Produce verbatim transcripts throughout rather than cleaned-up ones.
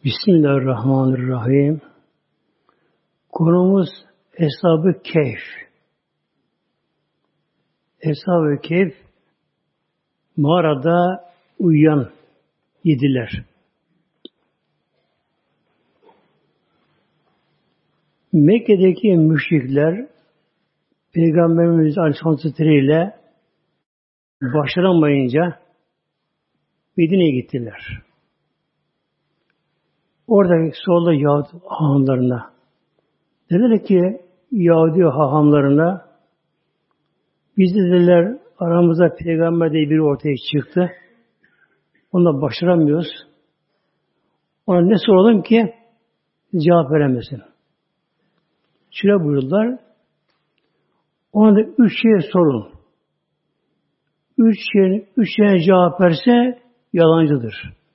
Bismillahirrahmanirrahim. Konumuz Eshab-ı Kehf. Eshab-ı Kehf mağarada uyuyan yediler. Mekke'deki müşrikler Peygamberimiz Aleyhisselatü Vesselam ile başaramayınca Medine'ye gittiler. Oradaki solda Yahudi hahamlarına dediler ki Yahudi hahamlarına biz dediler aramızda peygamber diye biri ortaya çıktı. Onunla başaramıyoruz. Ona ne soralım ki cevap veremesin. Şöyle buyurdular. Ona da üç şeye sorun. Üç şeyin üç şeye cevap verse yalancıdır.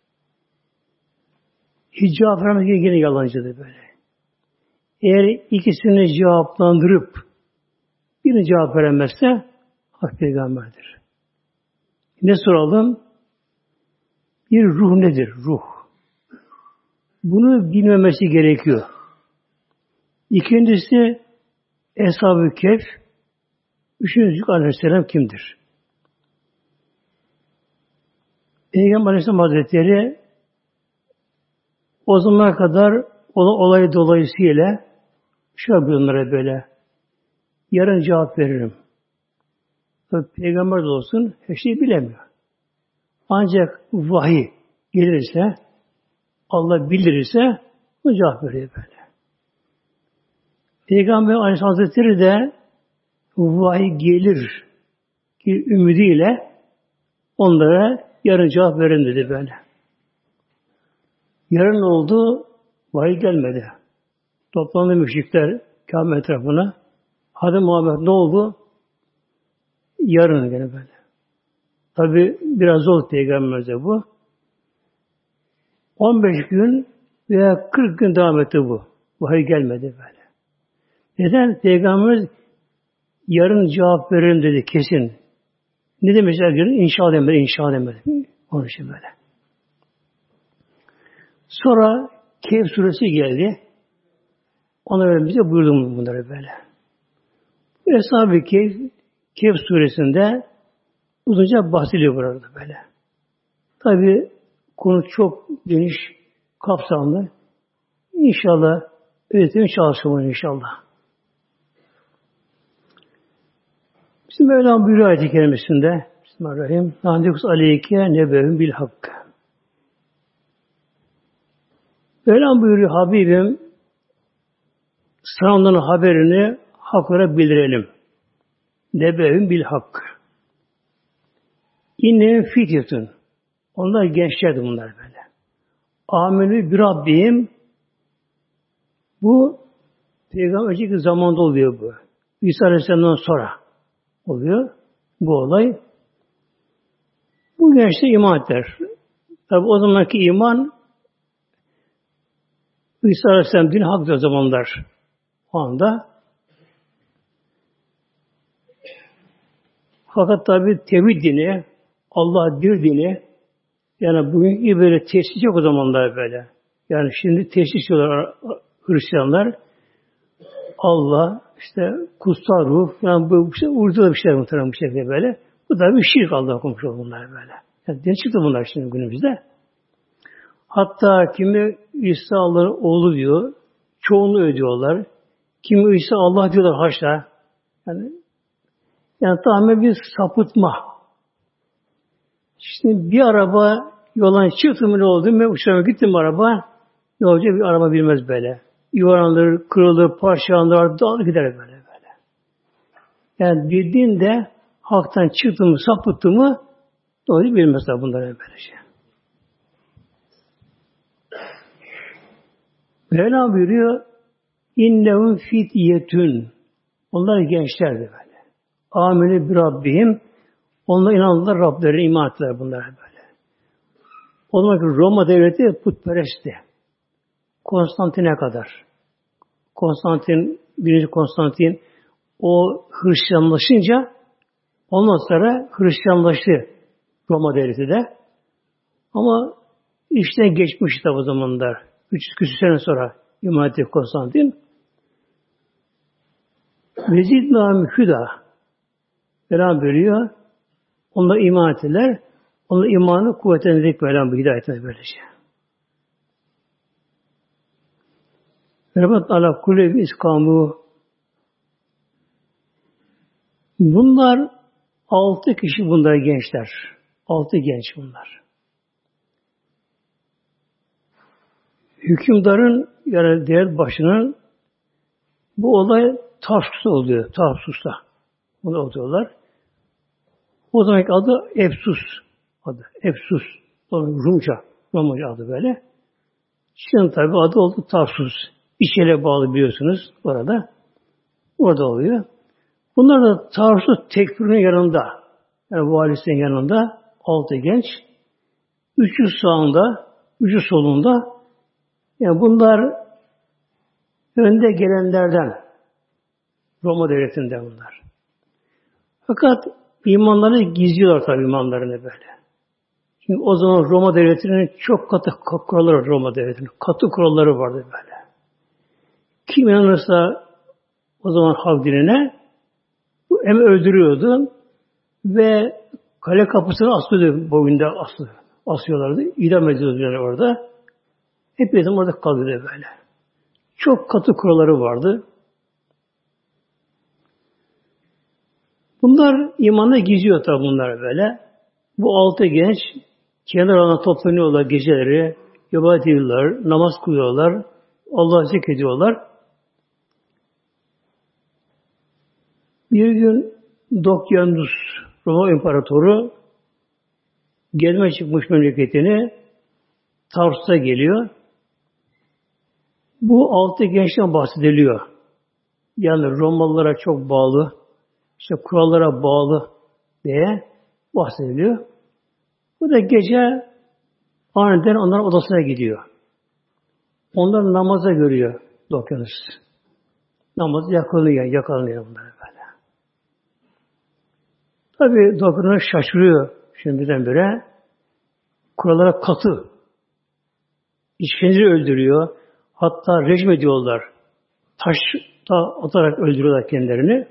Hiç cevap vermez yine yalancıdır böyle. Eğer ikisini cevaplandırıp birini cevap veremezse hak peygamberdir. Ne soralım? Bir ruh nedir? Ruh. Bunu bilmemesi gerekiyor. İkincisi Eshab-ı Kehf. Üçüncü Aleyhisselam kimdir? Peygamber Aleyhisselam Hazretleri o zamana kadar olay dolayısıyla şu bunlara böyle yarın cevap veririm. Tabii peygamber de olsun her şeyi bilemiyor. Ancak vahiy gelirse Allah bildirirse o cevap veriyor böyle. Peygamber Aleyhisselam Hazretleri de vahiy gelir ki ümidiyle onlara yarın cevap verin dedi böyle. Yarın oldu, vahiy gelmedi. Toplandı müşrikler Kabe etrafına. Hadi Muhammed ne oldu? Yarın gene böyle. Tabi biraz zor peygamberimize bu. on beş gün veya kırk gün devam etti bu. Vahiy gelmedi böyle. Neden? Peygamberimiz yarın cevap veririm dedi kesin. Ne demek yarın? İnşallah demedi, inşallah demedi. Onun için böyle. Sonra Kehf suresi geldi. Ona göre bize buyurdu bunları böyle. Eshab-ı Kehf, Kehf suresinde uzunca bahsediliyor burada böyle. Tabi konu çok geniş, kapsamlı. İnşallah öğretim çalışmalar inşallah. Bizim Mevlam buyuruyor ayet-i kerimesinde Bismillahirrahmanirrahim. Nandikus aleyke nebehüm bil hakkı. Mevlam buyuruyor Habibim sana onların haberini haklara bildirelim. Nebehüm bil hakkı. İnne'nin fityetun. Onlar gençlerdi bunlar böyle. Amenü bir Rabbim bu Peygamber önceki zamanda oluyor bu. İsa Aleyhisselam'dan sonra oluyor bu olay. Bu gençler iman ettiler. Tabi o zamanki iman İsa Aleyhisselam dini haktı o zamanlar. O anda. Fakat tabi tevhid dini, Allah bir dini, yani bugün gibi böyle teşhis yok o zamanlar böyle. Yani şimdi teşhis diyorlar Hristiyanlar. Allah, işte kutsal ruh, yani bu şey, Urdu'da bir şeyler muhtemelen bu şekilde böyle. Bu da bir şirk Allah'a okumuş bunlar böyle. Yani din çıktı bunlar şimdi günümüzde. Hatta kimi İsa Allah'ın oğlu diyor, çoğunu ödüyorlar. Kimi İsa Allah diyorlar haşa. Yani, yani tamamen bir sapıtma. Şimdi bir araba yoldan çıktı mı ne oldu? Ben uçağıma gittim araba, ne olacak bir araba bilmez böyle. Yuvarlanır, kırılır, parçalanır, dağılır gider böyle böyle. Yani bildiğin de haktan çıktı mı, sapıttı mı doğru bilmezler bunları böyle şey. Mevlam buyuruyor İnnehum fityetün. Onlar gençlerdi böyle. Amenü bir Rabbihim. Onlar inandılar Rablerine iman ettiler bunlar böyle. O zamanki Roma devleti putperestti. Konstantin'e kadar. Konstantin, birinci Konstantin o Hristiyanlaşınca ondan sonra Hristiyanlaştı Roma devleti de. Ama işten geçmişti o zamanlar. üç yüz küsur sene sonra iman etti Konstantin. Vezid Nâmi Hüda Mevlam buyuruyor. Onlar iman ettiler. Onun imanı kuvvetlenecek Mevlam bu hidayetine böylece. Merhabat ala kulli iskamu. Bunlar altı kişi bunlar gençler. Altı genç bunlar. Hükümdarın yani devlet başının bu olay Tarsus'ta oluyor. Tarsus'ta. Bunu oluyorlar. O zamanki adı Efsus adı. Efsus. Rumca. Romaca adı böyle. Şimdi tabi adı oldu Tarsus. İçele bağlı biliyorsunuz orada. Orada oluyor. Bunlar da Tarsus tekfirinin yanında. Yani valisinin yanında altı genç. Üçü sağında, üçü solunda. Yani bunlar önde gelenlerden. Roma devletinden bunlar. Fakat imanlarını gizliyorlar tabi imanlarını böyle. Çünkü o zaman Roma devletinin çok katı kuralları var Roma devletinin. Katı kuralları vardı böyle. Kim inanırsa o zaman halk dinine hem öldürüyordu ve kale kapısına asıyordu boyunda asıyor, asıyorlardı. İdam ediyordu yani orada. Hep yedim orada kalıyordu böyle. Çok katı kuralları vardı. Bunlar imanı gizliyor tabi bunlar böyle. Bu altı genç kenar alana toplanıyorlar geceleri, ibadet ediyorlar, namaz kılıyorlar, Allah'ı zikrediyorlar. Bir gün Dokyanus Roma İmparatoru gezme çıkmış memleketini Tarsus'a geliyor. Bu altı gençten bahsediliyor. Yani Romalılara çok bağlı, işte kurallara bağlı diye bahsediliyor. Bu da gece aniden onların odasına gidiyor. Onlar namaza görüyor Dokyanus. Namazı yakalıyor, yakalıyor bunları böyle. Tabii Dokyanus şaşırıyor şimdi birdenbire. Kurallara katı. İşkenceyi öldürüyor. Hatta rejim ediyorlar. Taş da atarak öldürüyorlar kendilerini.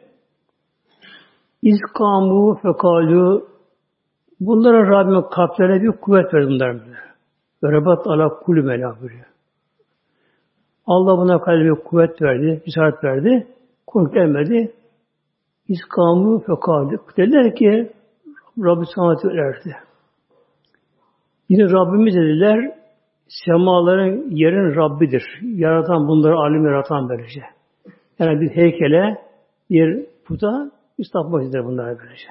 İzkamu fekalu. Bunlara Rabbime kalplerine bir kuvvet verdi bunlar. Verebat ala kulü mela buyuruyor. Allah buna kalbine kuvvet verdi, cesaret verdi. Korku gelmedi. İzkamu fekalu. Dediler ki Rabbi sana verdi. Yine Rabbimiz dediler semaların yerin Rabbidir. Yaratan bunları alim yaratan böylece. Yani bir heykele, bir puta biz tapmak ister bunlara böylece.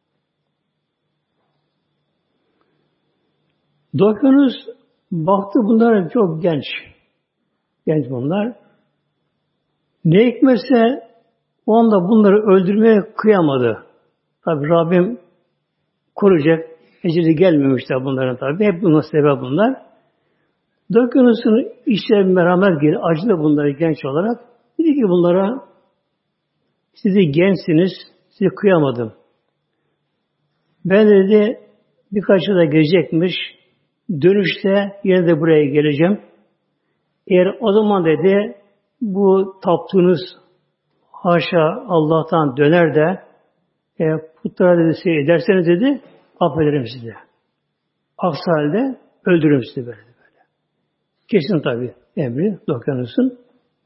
Dokyanus baktı bunlar çok genç. Genç bunlar. Ne hikmetse o anda bunları öldürmeye kıyamadı. Tabi Rabbim koruyacak. Eceli gelmemişler bunların tabi. Hep bunun sebep bunlar. Dokyanus'un işleri merhamet gelir. Acıdı bunları genç olarak. Dedi ki bunlara siz de gençsiniz. Sizi kıyamadım. Ben dedi birkaç yılda gelecekmiş. Dönüşte yine de buraya geleceğim. Eğer o zaman dedi bu taptığınız haşa Allah'tan döner de e, putlara dedi şey ederseniz dedi affederim sizi. Aksi halde öldürürüm sizi böyle. böyle. Kesin tabi emri Dokyanus'un.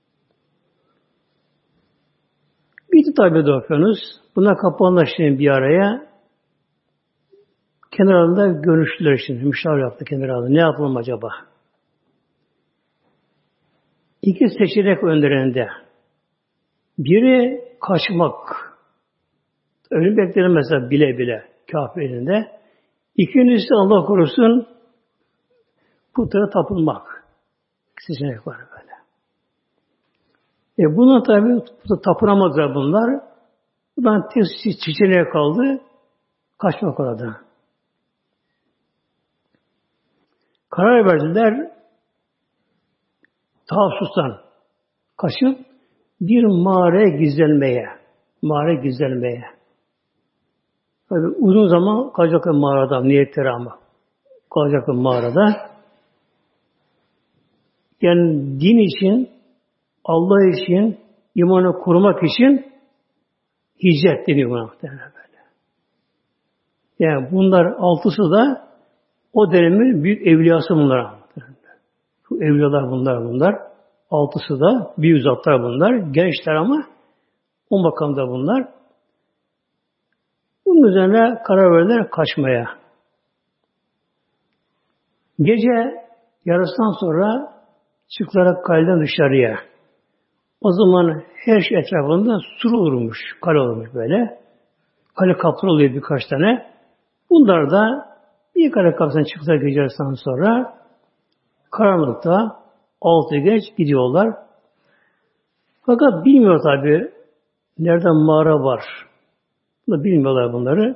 Bitti tabi Dokyanus. Buna kapanlar şimdi bir araya. Kenarında görüştüler şimdi. Müşavir yaptı kenarında. Ne yapalım acaba? İki seçenek önlerinde. Biri kaçmak. Ölüm beklenir mesela bile bile kafir elinde. İkincisi Allah korusun putlara tapılmak. Seçenek var böyle. E buna tabi tapınamadılar bunlar. Bundan tek seçeneğe kaldı. Kaçmak orada. Karar verdiler. Tarsus'tan kaçıp bir mağaraya gizlenmeye. Mağaraya gizlenmeye. Tabii uzun zaman kalacaklar mağarada. Niyetleri ama. Kalacaklar mağarada. Yani din için, Allah için, imanı korumak için hicret deniyor buna muhtemelen böyle. Yani bunlar altısı da o dönemin büyük evliyası bunlar. Bu evliyalar bunlar bunlar. Altısı da büyük zatlar bunlar. Gençler ama o makamda bunlar. Bunun üzerine karar verdiler kaçmaya. Gece yarısından sonra çıktılar kaleden dışarıya. O zaman her şey etrafında sur olurmuş, kale olurmuş böyle. Kale kapıları oluyor birkaç tane. Bunlar da bir kale kapısından çıktılar gece yarısından sonra karanlıkta altı geç gidiyorlar. Fakat bilmiyor tabi nereden mağara var. Bilmiyorlar bunları.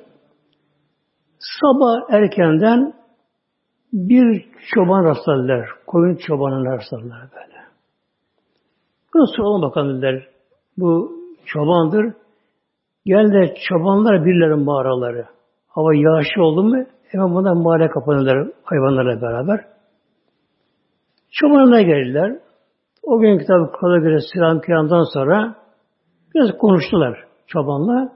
Sabah erkenden bir çoban rastladılar. Koyun çobanına rastladılar böyle. Bunu soralım bakalım dediler. Bu çobandır. Gel de çobanlar birlerin mağaraları. Hava yağışlı oldu mu hemen bunlar mağaraya kapanırlar hayvanlarla beraber. Çobanına geldiler. O gün kitabı kala göre selam kiramdan sonra biraz konuştular çobanla.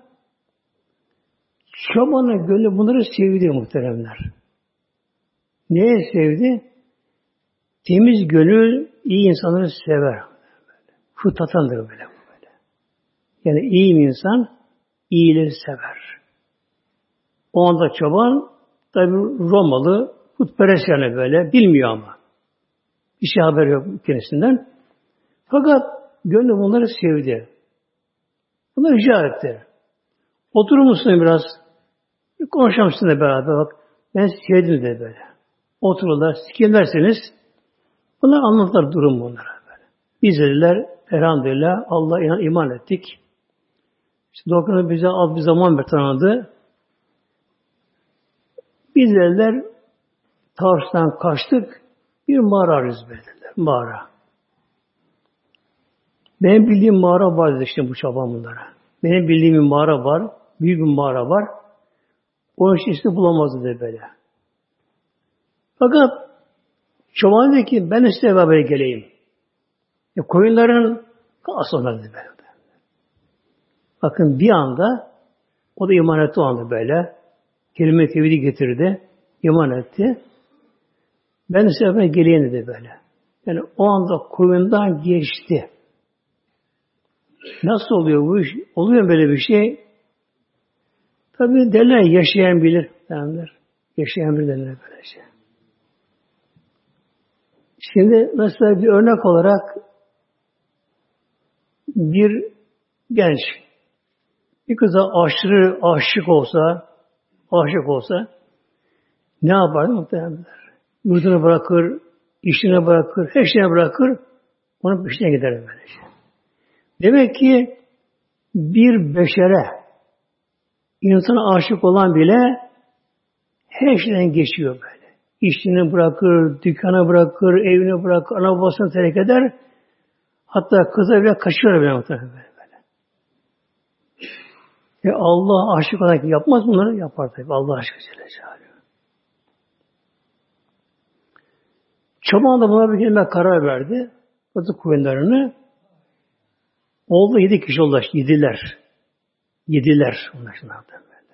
Çobanın gönlü bunları sevdi muhteremler. Neye sevdi? Temiz gönül iyi insanları sever. Fıtratandır böyle, böyle. Yani iyi bir insan iyileri sever. O anda çoban tabi Romalı putperest yani böyle bilmiyor ama. Bir şey haber yok kendisinden. Fakat gönlü bunları sevdi. Bunları rica etti. Oturur musun biraz? Bir konuşalım sizinle beraber bak. Ben sevdim de böyle. Otururlar. Siz kim derseniz bunlar anlatırlar durum bunlara böyle. Biz dediler elhamdülillah Allah'a inan, iman ettik. İşte doktor bize az bir zaman ver tanıdı. Biz dediler Tarsus'tan kaçtık. Bir mağara arıyoruz dediler. Mağara. Benim bildiğim mağara var dedi işte bu çoban bunlara. Benim bildiğim bir mağara var. Büyük bir mağara var. Onun için işte bulamazdı dedi böyle. Fakat çoban dedi ki ben de size beraber geleyim. E, koyunların aslanlar dedi böyle. Bakın bir anda o da iman etti o anda böyle. Kelime-i tevhidi getirdi. İman etti. Ben de size beraber geleyim dedi böyle. Yani o anda koyundan geçti. Nasıl oluyor bu iş? Oluyor böyle bir şey? Tabii derler yaşayan bilir. Derler. Yaşayan bilir derler böyle şey. Şimdi mesela bir örnek olarak bir genç bir kıza aşırı aşık olsa aşık olsa ne yapardı muhtemelen? Yurdunu bırakır, işini bırakır, her şeyini bırakır, onun peşine gider böyle şey. Demek ki bir beşere insana aşık olan bile her şeyden geçiyor böyle. İşini bırakır, dükkanı bırakır, evini bırakır, ana babasını terk eder. Hatta kıza bile kaçıyor bile muhtemelen böyle. E Allah aşık olarak yapmaz bunları, yapar tabii. Allah aşkı Celle Celaluhu. Çoban da buna bir kelime karar verdi. Batı koyunlarını. Oldu yedi kişi oldu. Yediler. Yediler. Onlar şimdi böyle.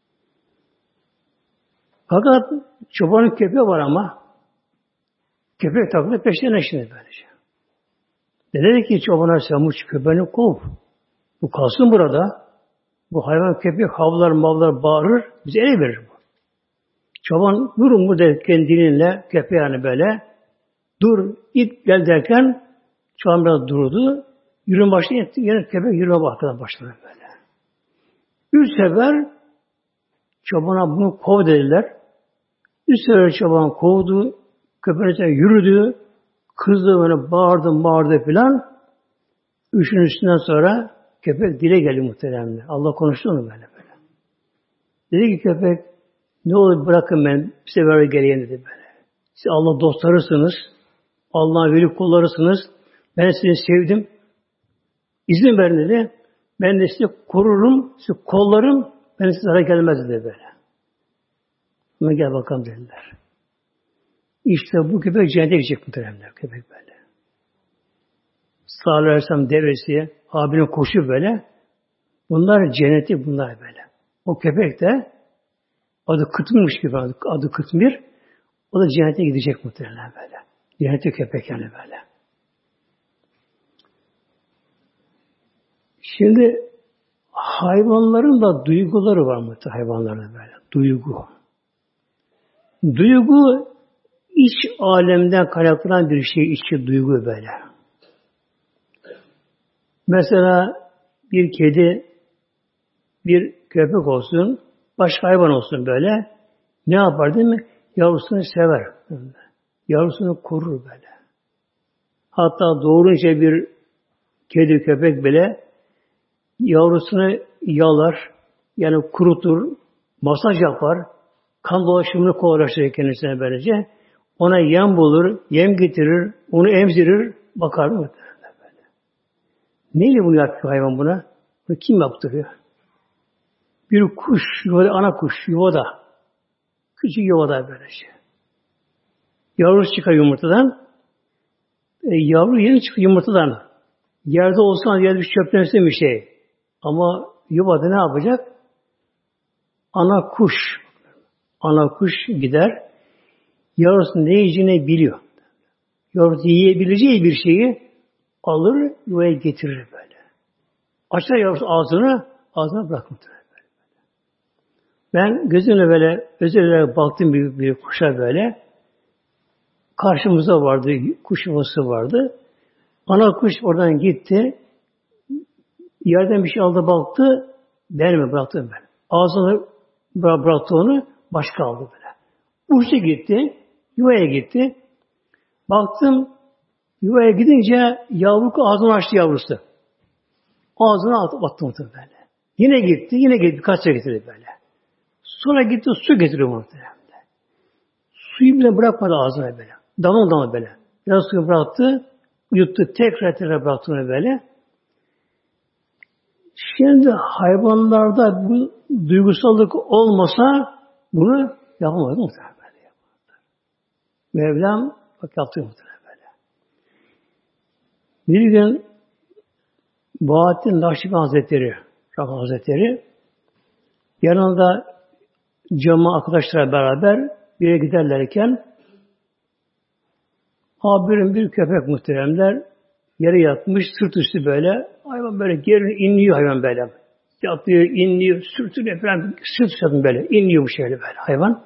Fakat çobanın köpeği var ama köpek takılı peşlerine şimdi böylece. Dedi ki çobana sen bu köpeğini kov. Bu kalsın burada. Bu hayvan köpek havlar mavlar bağırır. Bize ele verir bu. Çoban durun bu derken dilinle köpeği yani böyle dur it gel derken çoban biraz durdu. Yürüme başladı. Yine köpek yürüme başladı böyle. Üç sefer çobana bunu kov dediler. Üç sefer çoban kovdu. Köpeğin yürüdü. Kızdı böyle bağırdı bağırdı filan. Üçün üstünden sonra köpek dile geldi muhteremle. Allah konuştu onu böyle böyle. Dedi ki köpek ne olur bırakın ben bir sefer geleyim dedi böyle. Siz Allah dostlarısınız. Allah'ın veli kullarısınız. Ben sizi sevdim. İzin verin dedi. Ben de sizi korurum, sizi kollarım. Ben size zarar gelmez dedi böyle. Ama gel bakalım dediler. İşte bu köpek cennete gidecek muhteremler. Köpek böyle. Salih Aleyhisselam devesi, abinin koşu böyle. Bunlar cenneti bunlar böyle. O köpek de adı Kıtmir'miş gibi adı, adı Kıtmir. O da cennete gidecek muhtemelen böyle. Cennete köpek yani böyle. Şimdi hayvanların da duyguları var muhtemelen hayvanların böyle. Duygu. Duygu iç alemden kaynaklanan bir şey, içi duygu böyle. Mesela bir kedi, bir köpek olsun, başka hayvan olsun böyle, ne yapar değil mi? Yavrusunu sever. Yavrusunu korur böyle. Hatta doğurunca bir kedi, köpek bile yavrusunu yalar, yani kurutur, masaj yapar, kan dolaşımını kolaylaştırır kendisine böylece. Ona yem bulur, yem getirir, onu emzirir, bakar mı? Böyle. Neyle bunu yapıyor hayvan buna? Bunu kim yaptırıyor? Bir kuş, yuvada, ana kuş, yuvada. Küçük yuvada böylece. Yavrusu çıkar yumurtadan. E, yavru yeni çıkıyor yumurtadan. Yerde olsa yerde bir çöplense bir şey. Ama yuvada ne yapacak? Ana kuş. Ana kuş gider. Yavrusu ne yiyeceğini biliyor. Yavrusu yiyebileceği bir şeyi alır, yuvaya getirir böyle. Açar yavrusu ağzını, ağzına bırakmıyor. Ben gözümle böyle özel olarak baktım bir, bir kuşa böyle. Karşımıza vardı, kuş yuvası vardı. Ana kuş oradan gitti. Yerden bir şey aldı baktı. Ben mi bıraktım ben? Ağzına bıraktı onu, başka aldı böyle. Uçtu gitti, yuvaya gitti. Baktım, yuvaya gidince yavru ağzını açtı yavrusu. Ağzına attı, attı böyle. Yine gitti, yine gitti, birkaç sefer getirdi böyle. Sonra gitti, su getiriyor muhtemelen. Suyu bile bırakmadı ağzına böyle. Damla damla böyle. Biraz suyu bıraktı, yuttu, tekrar tekrar bıraktı onu böyle. Şimdi hayvanlarda bu duygusallık olmasa bunu yapamaz muhtemelen böyle. Mevlam bak yaptı muhtemelen böyle. Bir gün Bahattin Nakşibend Hazretleri, Rahman Hazretleri yanında cama arkadaşlarla beraber bir yere giderlerken haberin bir köpek muhteremler yere yatmış, sırt üstü böyle. Hayvan böyle geri inliyor hayvan böyle. Yatıyor, inliyor, sürtünüyor falan. Sırt üstü böyle. İnliyor bu şöyle böyle hayvan.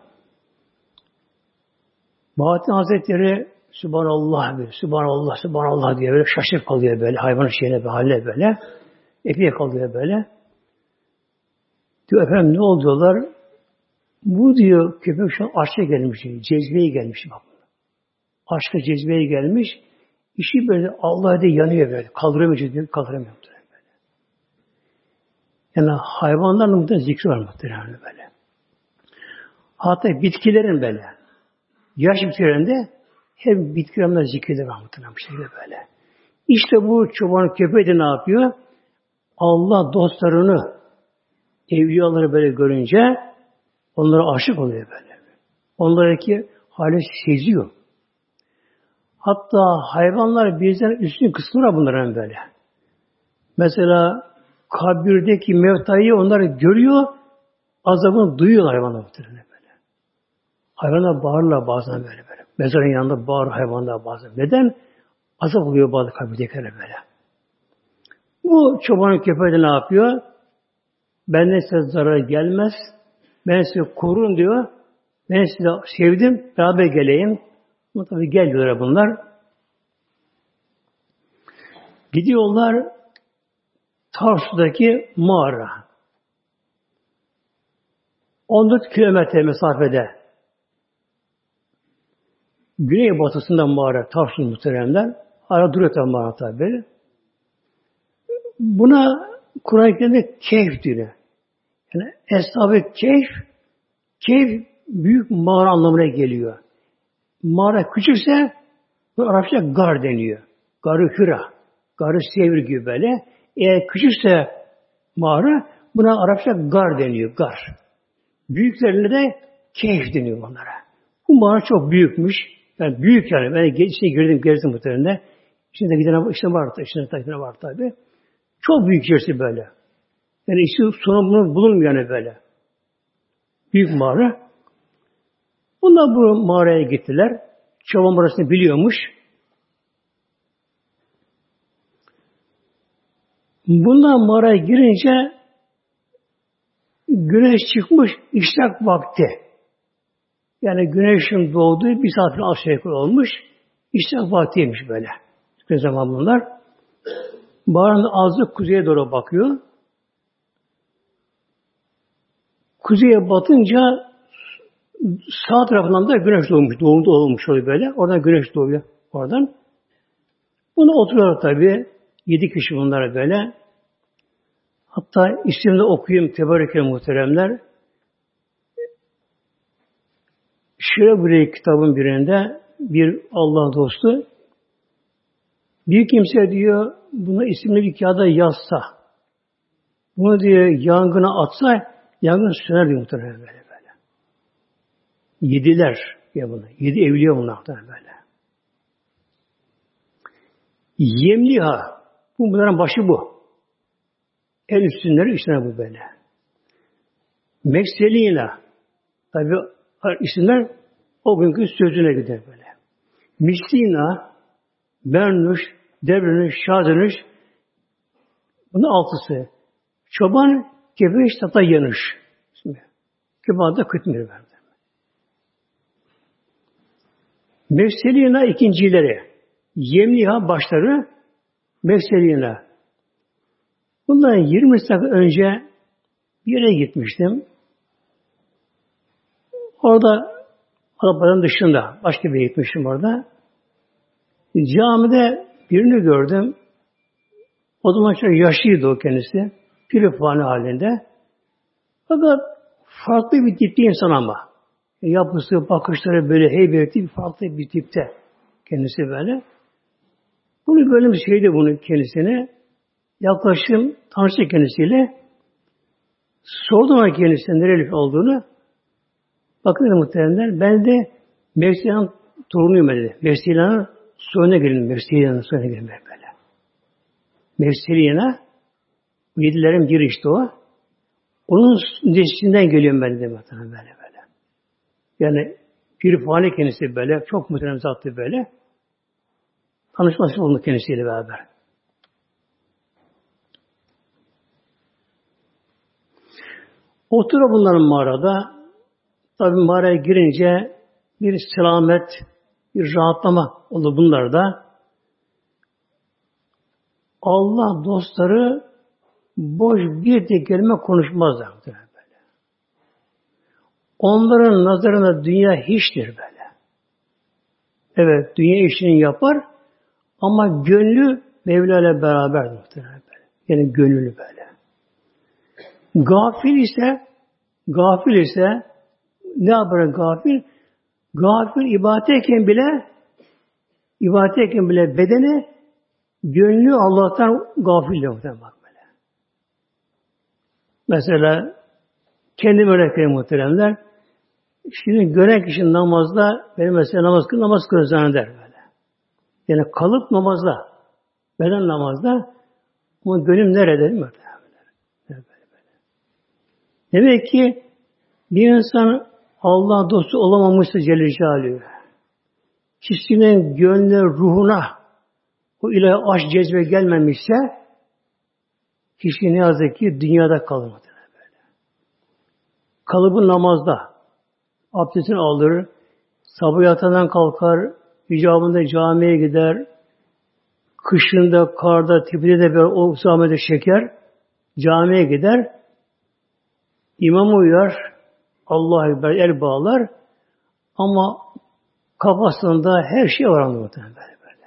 Bahattin Hazretleri Sübhanallah böyle. Sübhanallah, Sübhanallah diye böyle şaşırıp kalıyor böyle. Hayvanın şeyine, haline böyle. Epey kalıyor böyle. Diyor efendim ne oldu diyorlar. Bu diyor köpek şu an aşka gelmiş. Cezbeye gelmiş bak. Aşka cezbeye gelmiş. İşi böyle Allah'a diye yanıyor böyle. Kaldıramıyor diyor. Kaldıramıyor. Böyle. Yani hayvanların muhtemelen zikri var muhtemelen böyle. Hatta bitkilerin böyle. Yaş bitkilerinde hem bitkilerinde zikirleri var muhtemelen bu şekilde böyle. İşte bu çoban köpeği de ne yapıyor? Allah dostlarını, evliyaları böyle görünce onlara aşık oluyor böyle. Onlardaki hali seziyor. Hatta hayvanlar bizden üstün kısmı var bunların böyle. Mesela kabirdeki mevtayı onları görüyor, azabını duyuyorlar hayvanlar böyle. Hayvanlar bağırırlar bazen böyle böyle. Mezarın yanında bağır hayvanlar bazen. Neden? Azap oluyor bazı kabirdekiler böyle. Bu çobanın köpeği de ne yapıyor? Benden size zarar gelmez. Ben sizi korun diyor. Ben sizi sevdim. Beraber geleyim. Ama tabii geliyorlar bunlar. Gidiyorlar Tarsus'taki mağara. on dört kilometre mesafede. Güneybatısında mağara, Tarsus muhteremler. Ara duruyor tabi mağara tabi. Buna Kur'an-ı Kerim'de keyf diyor. Yani Eshab-ı Keyf, keyf büyük mağara anlamına geliyor. Mağara küçükse bu Arapça gar deniyor. Gar-ı Hira, Gar-ı Sevr gibi böyle. Eğer küçükse mağara buna Arapça gar deniyor. Gar. Büyüklerine de keyf deniyor onlara. Bu mağara çok büyükmüş. Yani büyük yani. Ben geçişe girdim gezdim muhtemelen. İçinde giden işte var, içinde giden var tabi. Çok büyük içerisi böyle. Yani içi sonu bulunmuyor yani böyle. Büyük mağara. Bunlar bu mağaraya gittiler. Çoban burasını biliyormuş. Bunlar mağaraya girince güneş çıkmış, işrak vakti. Yani güneşin doğduğu bir saatin aşağı yukarı olmuş. İşrak vaktiymiş böyle. Ne zaman bunlar? Mağaranın ağzı kuzeye doğru bakıyor. Kuzeye batınca sağ tarafından da güneş doğmuş. Doğumda olmuş oluyor böyle. Oradan güneş doğuyor. Oradan. Bunu oturuyorlar tabii. Yedi kişi bunlara böyle. Hatta isimde okuyayım tebareke muhteremler. Şire kitabın birinde bir Allah dostu bir kimse diyor buna isimli bir kağıda yazsa bunu diyor yangına atsa yangın söner diyor muhtemelen böyle böyle. Yediler ya bunu. Yedi evliya bunlar böyle. Yemliha bu bunların başı bu. En üstünleri üstüne bu böyle. Mekselina tabi isimler o günkü sözüne gider böyle. Mislina, Bernuş, Devrenuş, Şadınış bunun altısı. Çoban, Gebeş, Tata, Yanış. Çoban da Kıtmir verdi. Mevselina ikincileri. Yemliha başları Mevselina. Bundan yirmi dakika önce bir yere gitmiştim. Orada Arabanın dışında başka bir yere gitmiştim orada. Camide birini gördüm. O zaman çok yaşlıydı o kendisi. Pirifani halinde. Fakat farklı bir tipte insan ama. Yapısı, bakışları böyle heybetli, farklı bir tipte kendisi böyle. Bunu böyle bir şeydi bunun kendisine. Yaklaşım tanıştı kendisiyle. Sordum ona kendisine nereli olduğunu. Bakın dedi muhtemelen ben de Mevsila'nın torunuyum dedi. Mevsila'nın soyuna gelin. Mevsila'nın soyuna gelin böyle. Mevsila'na bu yedilerin biri işte o. Onun neslinden geliyorum ben dedi muhtemelen böyle böyle. Yani bir fani kendisi böyle. Çok muhtemelen zattı böyle. Tanışması oldu kendisiyle beraber. Oturuyor bunların mağarada. Tabi mağaraya girince bir selamet, bir rahatlama oldu bunlarda. Allah dostları boş bir tek kelime konuşmazlar. Böyle. Onların nazarında dünya hiçtir böyle. Evet, dünya işini yapar ama gönlü Mevla ile beraber muhtemelen böyle. Yani gönlü böyle. Gafil ise gafil ise ne yapar gafil? Gafil ibadetteyken bile ibadetteyken bile bedeni gönlü Allah'tan gafil muhtemelen bak böyle. Mesela kendim örnek vereyim muhteremler. Şimdi gören kişi namazda benim mesela namaz kıl namaz kıl zanneder böyle. Yani kalıp namazda beden namazda ama gönlüm nerede değil mi? Böyle, böyle. Demek ki bir insan Allah dostu olamamışsa Celle Celaluhu. Kişinin gönlü ruhuna o ilahi aşk cezbe gelmemişse kişi ne yazık ki dünyada kalır. Böyle. Kalıbı namazda. Abdestini alır. Sabah yatağından kalkar. icabında camiye gider. Kışında, karda, tipide de böyle o zahmete şeker. Camiye gider. İmam uyar. Allah'a Ekber el bağlar. Ama kafasında her şey var anlamında böyle böyle.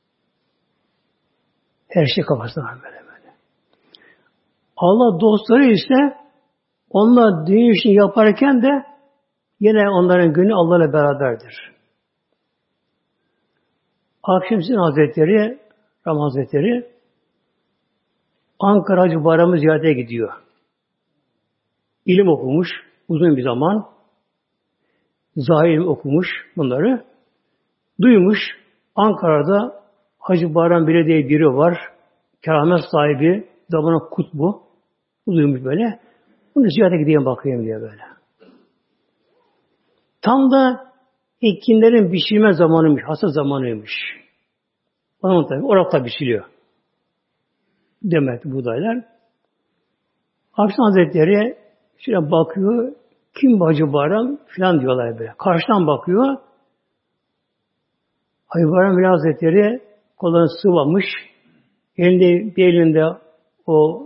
Her şey kafasında var böyle böyle. Allah dostları ise onlar dünya işini yaparken de yine onların gönlü Allah'la beraberdir. Akşemseddin Hazretleri, Ram Hazretleri Ankara Hacı Bayramı ziyarete gidiyor. İlim okumuş uzun bir zaman. Zahir ilim okumuş bunları. Duymuş Ankara'da Hacı Bayram Belediye biri var. Keramet sahibi. Damına kutbu. Bu duymuş böyle. Bunu ziyarete gideyim bakayım diye böyle. Tam da ekinlerin biçilme zamanıymış. Hasat zamanıymış. Onun tabi orakta biçiliyor. Demek buğdaylar. Akşam Hazretleri şöyle bakıyor. Kim bu Hacı Bayram? Filan diyorlar böyle. Karşıdan bakıyor. Hacı Bayram Veli Hazretleri kollarını sıvamış. Elinde, bir elinde o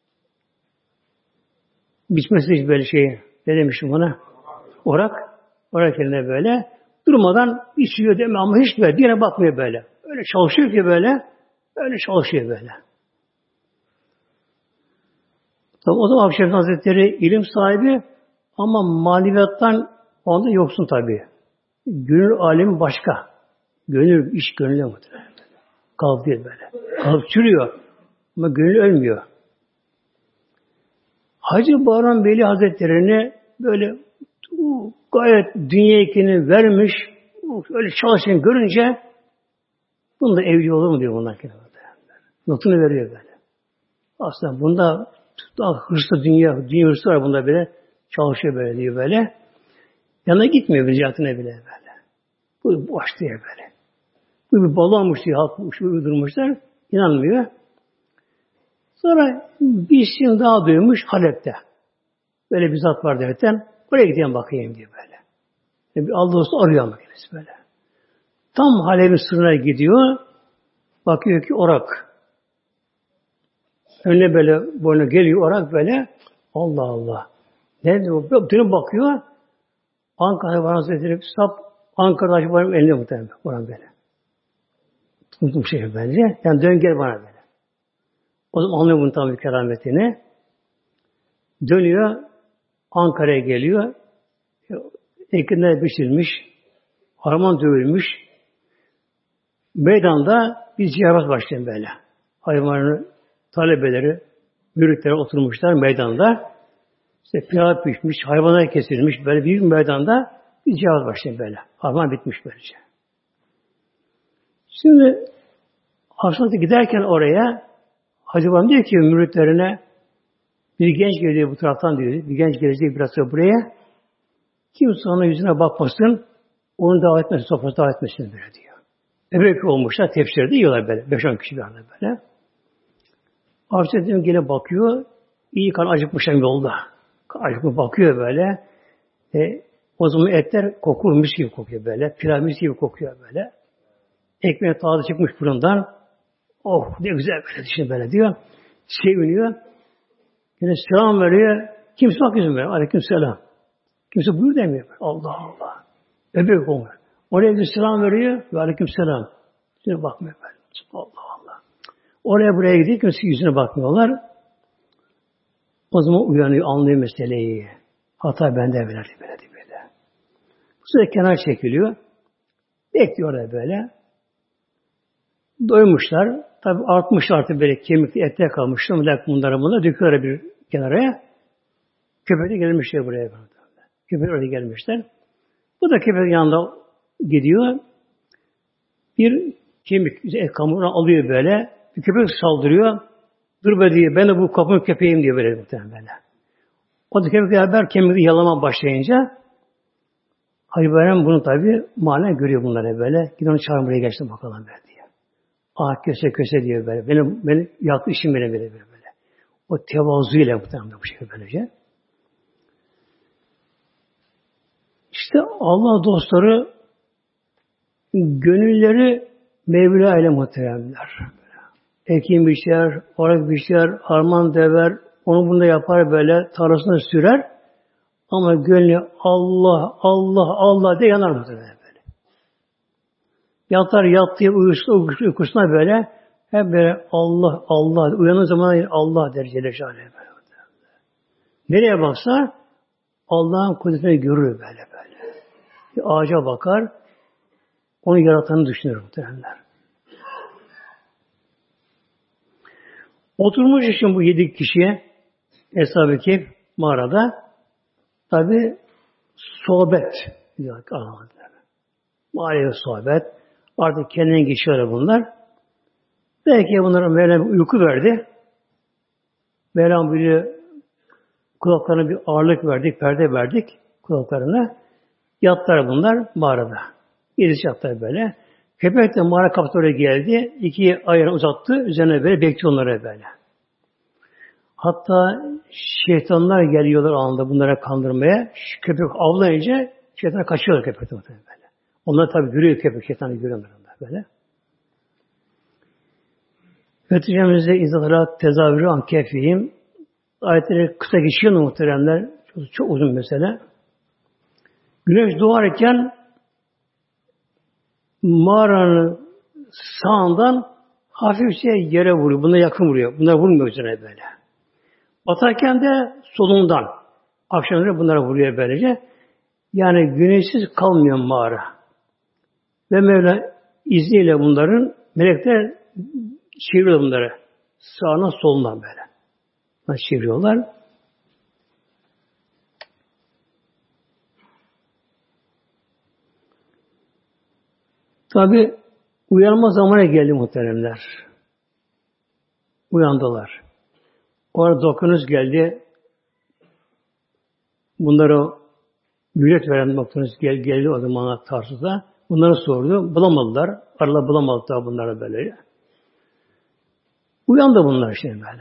biçmesi böyle şey, ne demişim ona? Orak. Orak elinde böyle. Durmadan biçiyor deme ama hiç böyle. Diğerine bakmıyor böyle. Öyle çalışıyor ki böyle. Öyle çalışıyor böyle. Tabi o zaman Akşener Hazretleri ilim sahibi ama maneviyattan onda yoksun tabi. Gönül alemi başka. Gönül, iş gönüle muhtemelen. Kalp değil böyle. Kalp çürüyor. Ama gönül ölmüyor. Hacı Bayram Veli Hazretleri'ne böyle gayet dünya ekini vermiş, öyle çalışan görünce bunda evli olur mu diyor bunlar. Notunu veriyor böyle. Aslında bunda daha hırslı dünya, dünya hırsı var bunda böyle. Çalışıyor böyle diyor böyle. Yanına gitmiyor bir cihatine bile böyle. Bu boş diye böyle. Bu bir balonmuş diye halk uydurmuşlar. İnanmıyor. Sonra bir isim daha duymuş Halep'te. Böyle bir zat var derken oraya gideyim bakayım diye böyle. Yani bir Allah dostu arıyor ama kendisi böyle. Tam Halep'in sınırına gidiyor. Bakıyor ki orak. Önüne böyle boyuna geliyor orak böyle. Allah Allah. Ne diyor? Dönüp bakıyor. Ankara'da var Hazretleri sap Ankara'da Hacı Bayram elinde muhtemelen. Oran böyle. Tutmuş şey bence. Yani dön gel bana böyle. O zaman anlıyor bunun tam bir kerametini. Dönüyor. Ankara'ya geliyor. Ekinler biçilmiş. Harman dövülmüş. Meydanda bir ziyaret başlıyor böyle. Hayvanın talebeleri, müritleri oturmuşlar meydanda. İşte pilav pişmiş, hayvanlar kesilmiş. Böyle büyük bir meydanda bir ziyaret başlıyor böyle. Harman bitmiş böylece. Şimdi Haşmet'e giderken oraya Hacı Bayram diyor ki müritlerine bir genç geliyor bu taraftan diyor. Bir genç gelecek biraz sonra buraya. Kimse ona yüzüne bakmasın. Onu davet etmesin, sofrası davet etmesin böyle diyor. Ebek olmuşlar, tepsilerde yiyorlar böyle. Beş on kişi bir anda böyle. Haşmet'in gene bakıyor. İyi kan acıkmış hem yolda. Acıkmış bakıyor böyle. E, o zaman etler kokuyor, mis gibi kokuyor böyle. Pilav mis gibi kokuyor böyle. Ekmeğe taze çıkmış fırından. Oh ne güzel böyle düşünüyor böyle diyor. Seviniyor. Yine selam veriyor. Kimse bakıyor böyle. Aleyküm selam. Kimse buyur demiyor. Allah Allah. Öbür olmuş. Oraya bir selam veriyor. Ve aleyküm selam. Yüzüne bakmıyor böyle. Allah Allah. Oraya buraya gidiyor. Kimse yüzüne bakmıyorlar. O zaman uyanıyor. Anlıyor meseleyi. Hata bende böyle böyle böyle. Bu sefer kenar çekiliyor. Bekliyor oraya böyle. Doymuşlar. Tabi artmış artık böyle kemikli etler kalmışlar. Bunları bunlar döküyorlar bir kenara. Köpek gelmişler buraya. Köpek oraya gelmişler. Bu da köpek yanında gidiyor. Bir kemik et kamuğunu alıyor böyle. Bir köpek saldırıyor. Dur be diyor. Ben de bu kapının köpeğim diyor böyle muhtemelen. O da köpekle beraber kemiği yalama başlayınca Hacı Bayram bunu tabi manen görüyor bunları böyle. Gidin onu çağırın buraya geçti bakalım böyle diyor. Ah köse köse diyor böyle. Benim, benim yaptığı işim böyle böyle böyle. O tevazuyla muhtemelen bu şekilde böylece. İşte Allah dostları gönülleri Mevla ile muhteremler. Ekim biçer, orak biçer, harman dever, onu bunu da yapar böyle, tarlasına sürer. Ama gönlü Allah, Allah, Allah diye yanar muhtemelen böyle. Yatar, yattığı uykusuna, uykusuna böyle, hep böyle Allah, Allah, uyanın zaman Allah der Celle Celaluhu. Nereye baksa Allah'ın kudretini görür böyle böyle. Bir ağaca bakar, onu yaratanı düşünür muhtemelenler. Oturmuş için bu yedi kişiye Eshab-ı Kehf mağarada tabi sohbet diyor anlamadılar. Mağaraya sohbet. Artık kendine geçiyorlar bunlar. Belki bunlara Mevlam uyku verdi. Mevlam böyle kulaklarına bir ağırlık verdik, perde verdik kulaklarına. Yattılar bunlar mağarada. Birisi yattılar böyle. Köpek de mağara kapısı geldi. İki ayağını uzattı. Üzerine böyle bekliyor onlara böyle. Hatta şeytanlar geliyorlar anında bunlara kandırmaya. Köpek avlayınca şeytanlar kaçıyorlar köpekten böyle. Onlar tabi görüyor köpek. Şeytanı görüyorlar böyle. Neticemizde izahara tezahürü an kefiyim. Ayetleri kısa geçiyor muhteremler. Çok, çok uzun mesele. Güneş doğarken mağaranın sağından hafifçe yere vuruyor. Bunlar yakın vuruyor. Bunlar vurmuyor üzerine böyle. Batarken de solundan. Akşamları bunlara vuruyor böylece. Yani güneşsiz kalmıyor mağara. Ve Mevla izniyle bunların melekler çeviriyor bunları. Sağına solundan böyle. Nasıl çeviriyorlar? Tabi uyanma zamanı geldi muhteremler. Uyandılar. O arada doktorunuz geldi. Bunlara mühlet veren doktorunuz gel, geldi o zamanlar Tarsus'ta. Bunları sordu. Bulamadılar. Arada bulamadılar bunları böyle. Uyandı bunlar şimdi böyle.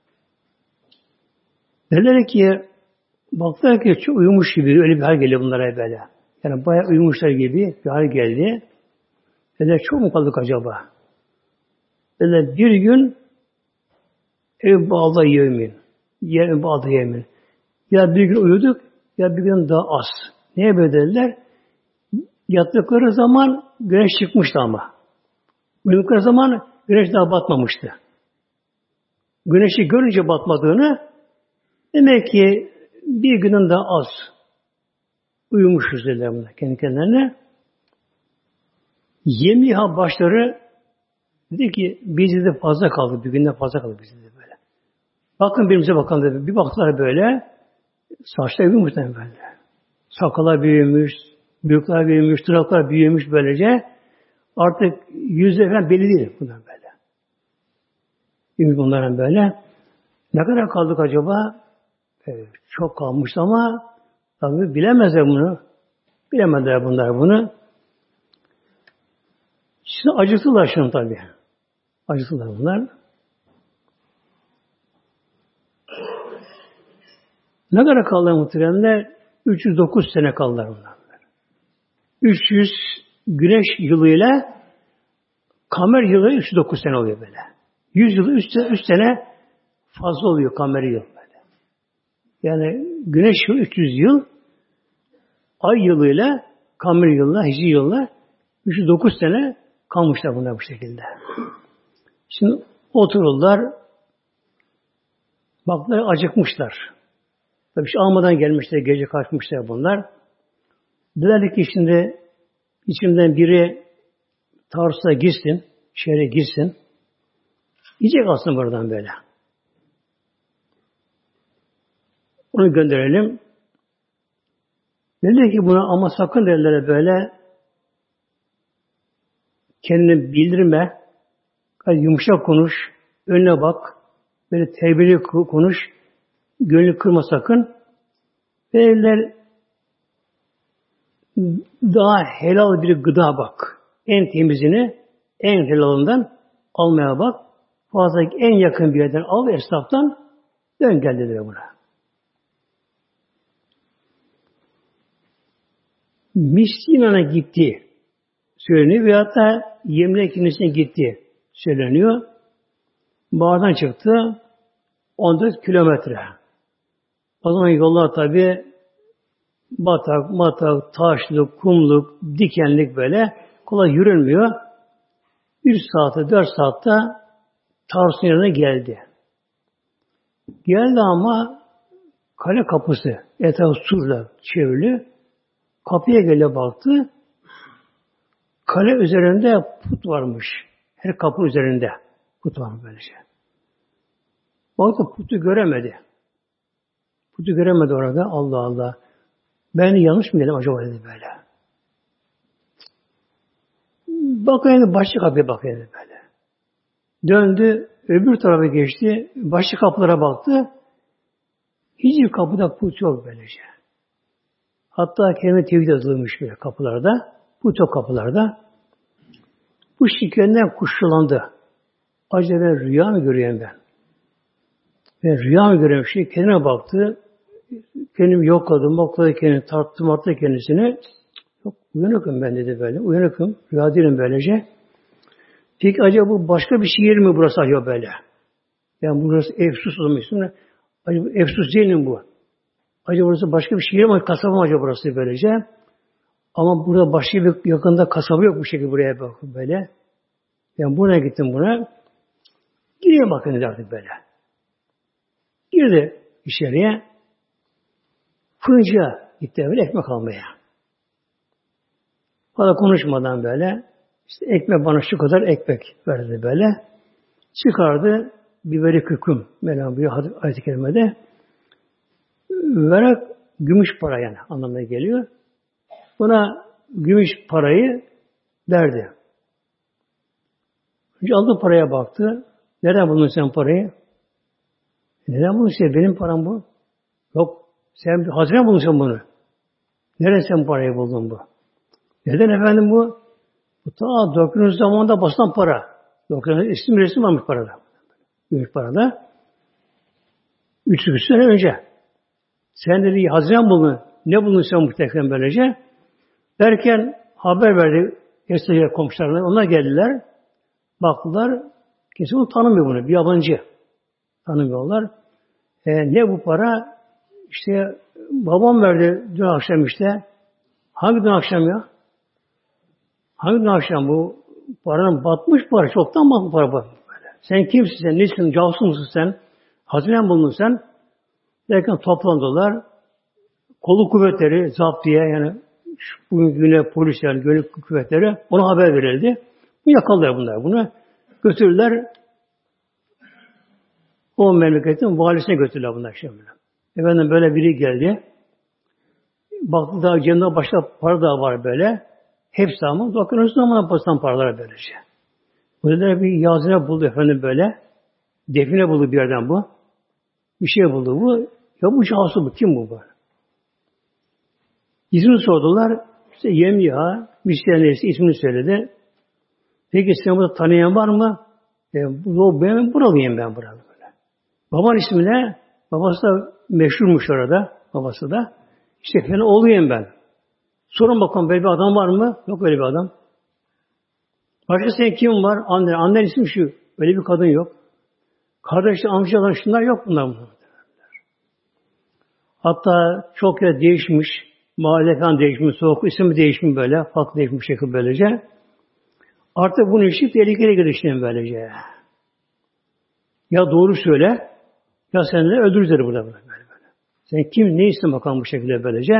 Dediler ki baktılar ki çok uyumuş gibi öyle bir hal geliyor bunlara böyle. Yani bayağı uyumuşlar gibi bir hal geldi. Dediler çok mu kaldık acaba? Dediler bir gün ev bağda yemin. Yer bağda yemin. Ya bir gün uyuduk ya bir gün daha az. Neye böyle dediler? Yattıkları zaman güneş çıkmıştı ama. Uyudukları zaman güneş daha batmamıştı. Güneşi görünce batmadığını demek ki bir günün daha az uyumuşuz dediler bunlar kendi kendilerine. Yemiha başları dedi ki biz de fazla kaldı. Bir günde fazla kaldı biz de böyle. Bakın birbirimize bakalım dedi. Bir baktılar böyle saçlar büyümüş böyle. Sakala büyümüş, büyükler büyümüş, tırnaklar büyümüş böylece. Artık yüzleri falan belli değil bunlar böyle. Büyümüş bunların böyle. Ne kadar kaldık acaba? Evet, çok kalmış ama tabii bilemezler bunu. Bilemezler bunlar bunu. Şimdi acıtılar şunu tabii. Acıtılar bunlar. Ne kadar kaldı muhteremler? üç yüz dokuz sene kaldılar bunlar. üç yüz güneş yılıyla kamer yılı üç yüz dokuz sene oluyor böyle. yüz yılı üç sene fazla oluyor kamer yıl böyle. Yani güneş yılı üç yüz yıl, ay yılıyla kamer yılıyla, hicri yılıyla üç yüz dokuz sene kalmışlar bunlar bu şekilde. Şimdi otururlar, baklar acıkmışlar. Tabii şey almadan gelmişler, gece kaçmışlar bunlar. Dediler ki şimdi içimden biri Tarsus'a gitsin, şehre gitsin. Yiyecek alsın buradan böyle. Onu gönderelim. Dediler ki buna ama sakın dediler böyle kendini bildirme. Yumuşak konuş. Önüne bak. Böyle terbiyeli konuş. Gönlü kırma sakın. Dediler daha helal bir gıda bak. En temizini, en helalından almaya bak. Fazla en yakın bir yerden al esnaftan dön gel dediler buna. Miskinana gitti söyleniyor veyahut da Yemle kilisesine gitti söyleniyor. Bağdan çıktı on dört kilometre. O zaman yollar tabi batak, matak, taşlı, kumluk, dikenlik böyle kolay yürünmüyor. Bir saatte, dört saatte Tarsus'un yanına geldi. Geldi ama kale kapısı etrafı surla çevrili. Kapıya gele baktı. Kale üzerinde put varmış. Her kapı üzerinde put var böylece. Baktı putu göremedi. Putu göremedi orada. Allah Allah. Ben yanlış mı dedim acaba dedi böyle. Bakayım başka kapıya bakayım böyle. Döndü, öbür tarafa geçti, başka kapılara baktı. Hiçbir kapıda put yok böylece. Hatta kelime tevhid yazılmış böyle kapılarda, put yok kapılarda. Bu şikayetinden kuşkulandı. Acaba ben rüya mı görüyorum ben? Ben rüya mı görüyorum? Şey kendine baktı. Kendimi yokladım, yokladı kendini, tarttım, attı kendisini. Yok, uyanıkım ben dedi böyle. Uyanıkım, rüya değilim böylece. Peki acaba bu başka bir şehir mi burası acaba böyle? Yani burası Efsus olmuşsun. Acaba Efsus değil mi bu? Acaba burası başka bir şehir mi? Kasaba mı acaba burası böylece? Ama burada başka bir yakında kasaba yok bu şekilde buraya bak böyle. Yani buraya gittim buna. Gireyim bakın artık böyle. Girdi içeriye. Fırıncıya gitti böyle ekmek almaya. Fazla konuşmadan böyle işte ekmek bana şu kadar ekmek verdi böyle. Çıkardı biberi küküm. Mevlam bir ayet-i kerimede. Vererek gümüş para yani anlamına geliyor. Buna gümüş parayı verdi. Önce aldı paraya baktı. Nereden buldun sen parayı? Neden buldun sen? Benim param bu. Yok. Sen hazine buldun sen bunu. Nereden sen parayı buldun bu? Neden efendim bu? Bu ta dokuzuncu zamanında basılan para. dokuzuncu isim resim varmış parada. Gümüş parada. üç yüz sene önce. Sen dedi hazine buldun. Ne buldun sen muhtemelen böylece? Derken haber verdi eski komşularına. Onlar geldiler. Baktılar. Kimse bunu tanımıyor bunu. Bir yabancı. Tanımıyorlar. E, ne bu para? İşte babam verdi dün akşam işte. Hangi dün akşam ya? Hangi dün akşam bu? Paranın batmış para. Çoktan batmış para. Böyle. Sen kimsin sen? Nesin? Cavsın mısın sen? Hazine mi buldun sen? Derken toplandılar. Kolu kuvvetleri, zaptiye yani bugün güne polis yani gönüllü kuvvetleri ona haber verildi. Bu yakaladılar bunlar bunu. Götürdüler o memleketin valisine götürdüler bunlar şimdi. Efendim böyle biri geldi. Baktı daha cebinde başka para da var böyle. Hepsi ama dokuzuncu zamana basılan paralar böylece. Burada bir yazına buldu efendim böyle. Define buldu bir yerden bu. Bir şey buldu bu. Ya bu şahsı bu. Kim bu böyle? İsmini sordular. İşte Yemya, Müslümanesi ismini söyledi. Peki sen burada tanıyan var mı? E, bu, ben buralıyım ben burada böyle. Baban ismi ne? Babası da meşhurmuş orada. Babası da. İşte falan oğluyum ben. Sorun bakalım böyle bir adam var mı? Yok öyle bir adam. Başka senin kim var? Anne. Annen ismi şu. Öyle bir kadın yok. Kardeşler, amcalar şunlar yok bunlar. Hatta çok yer değişmiş. Mahalle falan değişmiş. Soğuk ismi değişmiş böyle. Farklı değişmiş şekilde böylece. Artık bunun işi tehlikeli geliştiğini böylece. Ya doğru söyle ya seninle öldürürüz dedi burada. Böyle, böyle. Sen kim ne istiyorsun bakalım bu şekilde böylece.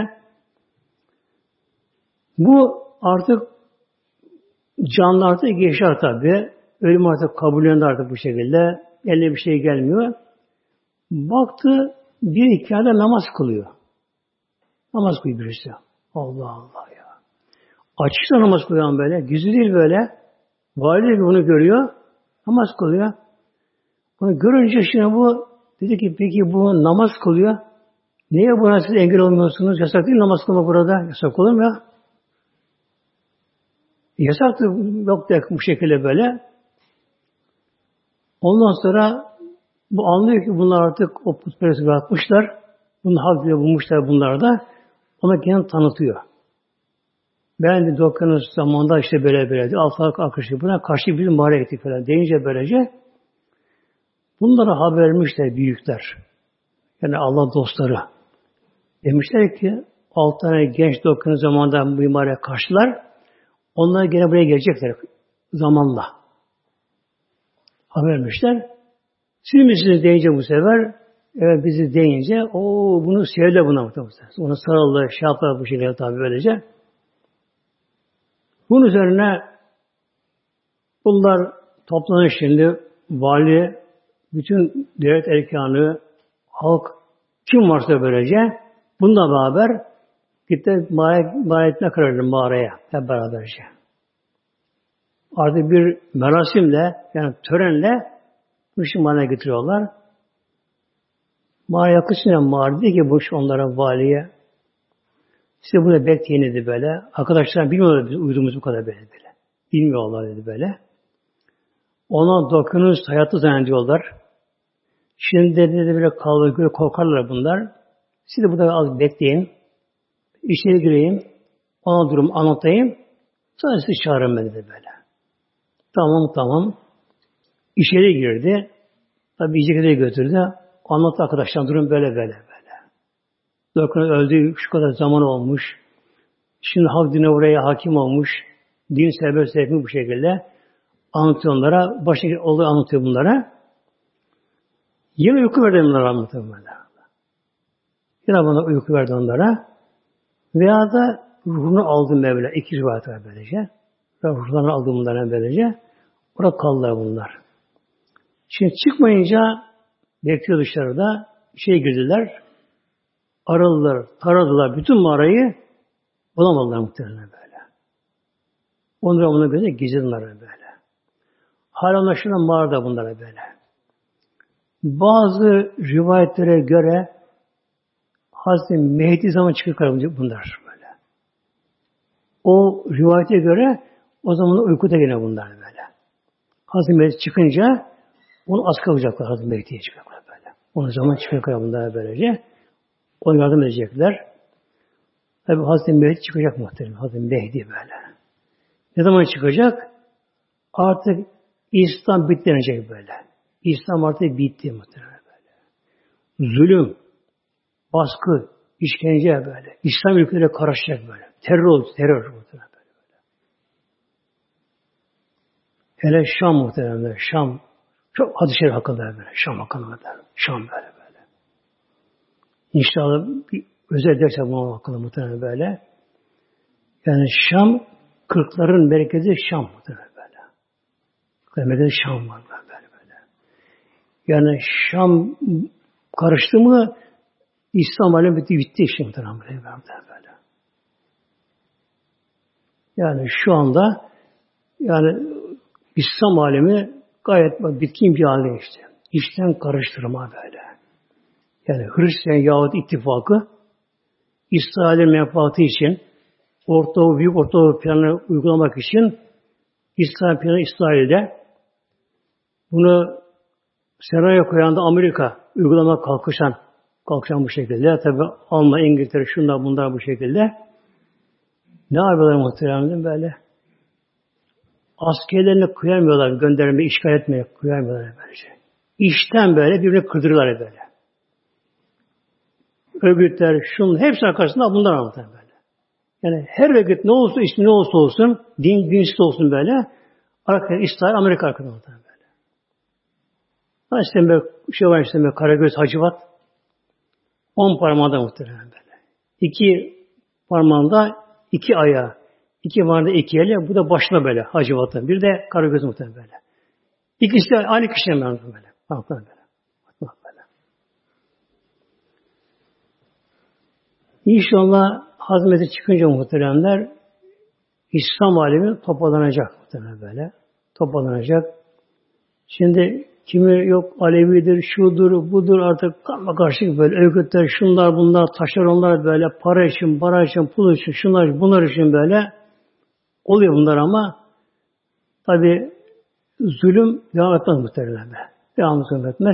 Bu artık canlı artık geçer tabi. Ölüm artık kabullendi artık bu şekilde. Eline bir şey gelmiyor. Baktı bir iki yerde namaz kılıyor. Namaz kılıyor birisi. Allah Allah ya. Açıkta namaz kılıyor böyle. Gizli değil böyle. Valide bunu görüyor. Namaz kılıyor. Bunu görünce şimdi bu dedi ki peki bu namaz kılıyor. Niye buna siz engel olmuyorsunuz? Yasak değil namaz kılma burada. Yasak olur mu ya? Yasak yok da bu şekilde böyle. Ondan sonra bu anlıyor ki bunlar artık o putperesti bırakmışlar. Bunu hak diye bulmuşlar bunlar da. Ona kendini tanıtıyor. Ben de dokuzuncu zamanda işte böyle böyle alfalık arkadaşı buna karşı bir mağaraya gittik falan deyince böylece bunlara haber vermişler büyükler. Yani Allah dostları. Demişler ki altı tane genç dokuzuncu zamanda bu mağaraya karşılar. Onlar gene buraya gelecekler zamanla. Haber vermişler. Siz misiniz deyince bu sefer evet bizi deyince o bunu sevdiler buna muhtemelen. Onu sarıldı, şey yaptılar bu şekilde tabi böylece. Bunun üzerine bunlar toplanır şimdi vali, bütün devlet erkanı, halk kim varsa böylece bununla beraber gitti mağaraya karar verdi mağaraya hep beraberce. artık bir merasimle, yani törenle bu işi mağaraya getiriyorlar. Mağara yaklaşınca mağara dedi ki bu iş onlara valiye, size burada bekleyin dedi böyle. Arkadaşlar bilmiyorlar biz uyuduğumuz bu kadar böyle böyle. Bilmiyorlar dedi böyle. Ona dokunuz hayatta zannediyorlar. Şimdi dedi böyle kavga göre korkarlar bunlar. Siz de burada az bekleyin. İçeri gireyim. Ona durum anlatayım. Sonra sizi çağırın ben dedi böyle. Tamam tamam. İçeri girdi. Tabi içeri götürdü. Anlattı arkadaşlar durum böyle böyle böyle. Dokun öldü şu kadar zaman olmuş. Şimdi halk dine buraya hakim olmuş. Din serbest etmiş bu şekilde. Anlatıyor onlara. Başka olduğu anlatıyor bunlara. Yine uyku verdi onlara anlatıyor bunlara. Yine bana uyku verdi onlara. Veya da ruhunu aldı Mevla. İki rivayet var böylece. Ruhlarını aldı bunlara böylece. Orada kaldılar bunlar. Şimdi çıkmayınca bekliyor dışarıda. Şey girdiler. Aradılar, taradılar. Bütün mağarayı bulamadılar muhtemelen böyle. Onlara buna böyle gizliler böyle. Hala anlaşılan mağarada bunlara böyle. Bazı rivayetlere göre Hazreti Mehdi zaman çıkıyor bunlar böyle. O rivayete göre o zaman uykuda yine bunlar böyle. Hazreti Mehdi çıkınca onu az kalacaklar Hazreti Mehdi'ye çıkacaklar böyle. O zaman çıkacaklar bunlar böylece. Ona yardım edecekler. Tabi Hazreti Mehdi çıkacak muhtemelen. Hazreti Mehdi böyle. Ne zaman çıkacak? Artık İslam bitlenecek böyle. İslam artık bitti muhtemelen böyle. Zulüm, baskı, işkence böyle. İslam ülkeleri karışacak böyle. Terör olacak, terör muhtemelen böyle. Hele Şam muhtemelen böyle. Şam, çok hadis-i şerif hakkında böyle. Şam hakkında böyle. Şam böyle böyle. İnşallah bir özel ders yapmam hakkında muhtemelen böyle. Yani Şam, kırkların merkezi Şam muhtemelen böyle. Kırkların merkezi Şam var böyle böyle. Yani Şam karıştı mı İslam alemi bitti, bitti işte muhtemelen böyle. böyle. Yani şu anda yani İslam alemi gayet bitkin bir hale geçti. İşten karıştırma böyle. Yani Hristiyan Yahudi ittifakı İsrail'in menfaati için Orta Doğu, Büyük Orta Doğu planını uygulamak için İsrail planı İsrail'de bunu senaryo koyan da Amerika uygulamak kalkışan kalkışan bu şekilde. Tabi Almanya, İngiltere, şunlar bunlar bu şekilde. Ne yapıyorlar muhtemelen böyle? Askerlerini kıyamıyorlar, göndermeye, işgal etmeye kıyamıyorlar böylece. İşten böyle birbirini kırdırırlar böyle. Örgütler, şunun hepsi arkasında bunlar anlatır böyle. Yani her örgüt ne olursa, ismi ne olursa olsun, din, dinsiz olsun böyle, arkadaşlar İsrail, Amerika arkasında anlatır böyle. Ha işte böyle, şey var işte böyle, Karagöz Hacivat, on parmağında muhtemelen böyle. İki parmağında iki ayağı, iki parmağında iki eli, bu da başına böyle Hacivat'ın. Bir de Karagöz muhtemelen böyle. İkisi de aynı kişiden anlatır böyle. Anlatır böyle. İnşallah hazmeti çıkınca muhteremler İslam alemi toparlanacak muhtemelen böyle. Toparlanacak. Şimdi kimi yok Alevidir, şudur, budur artık karma karışık böyle örgütler, şunlar bunlar, taşeronlar böyle para için, para için, pul için, şunlar bunlar için böyle oluyor bunlar ama tabi zulüm devam etmez muhtemelen. Devam etmez.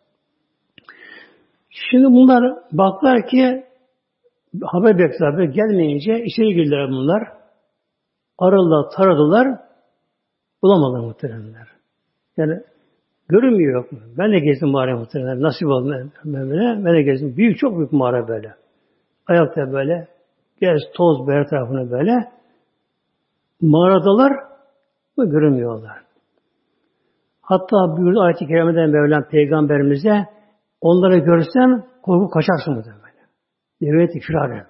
Şimdi bunlar baklar ki haber bekler gelmeyince içeri girdiler bunlar. Aradılar, taradılar. Bulamadılar muhteremler. Yani görünmüyor yok mu? Ben de gezdim mağaraya muhteremler. Nasip oldu ben böyle. Ben de gezdim. Büyük, çok büyük mağara böyle. Ayakta böyle. Gez, toz her tarafına böyle. Mağaradalar ama görünmüyorlar. Hatta buyurdu ayet-i kerimeden Mevlam Peygamberimize onları görsen korkup kaçarsın muhtemelen. Devlet-i firaren.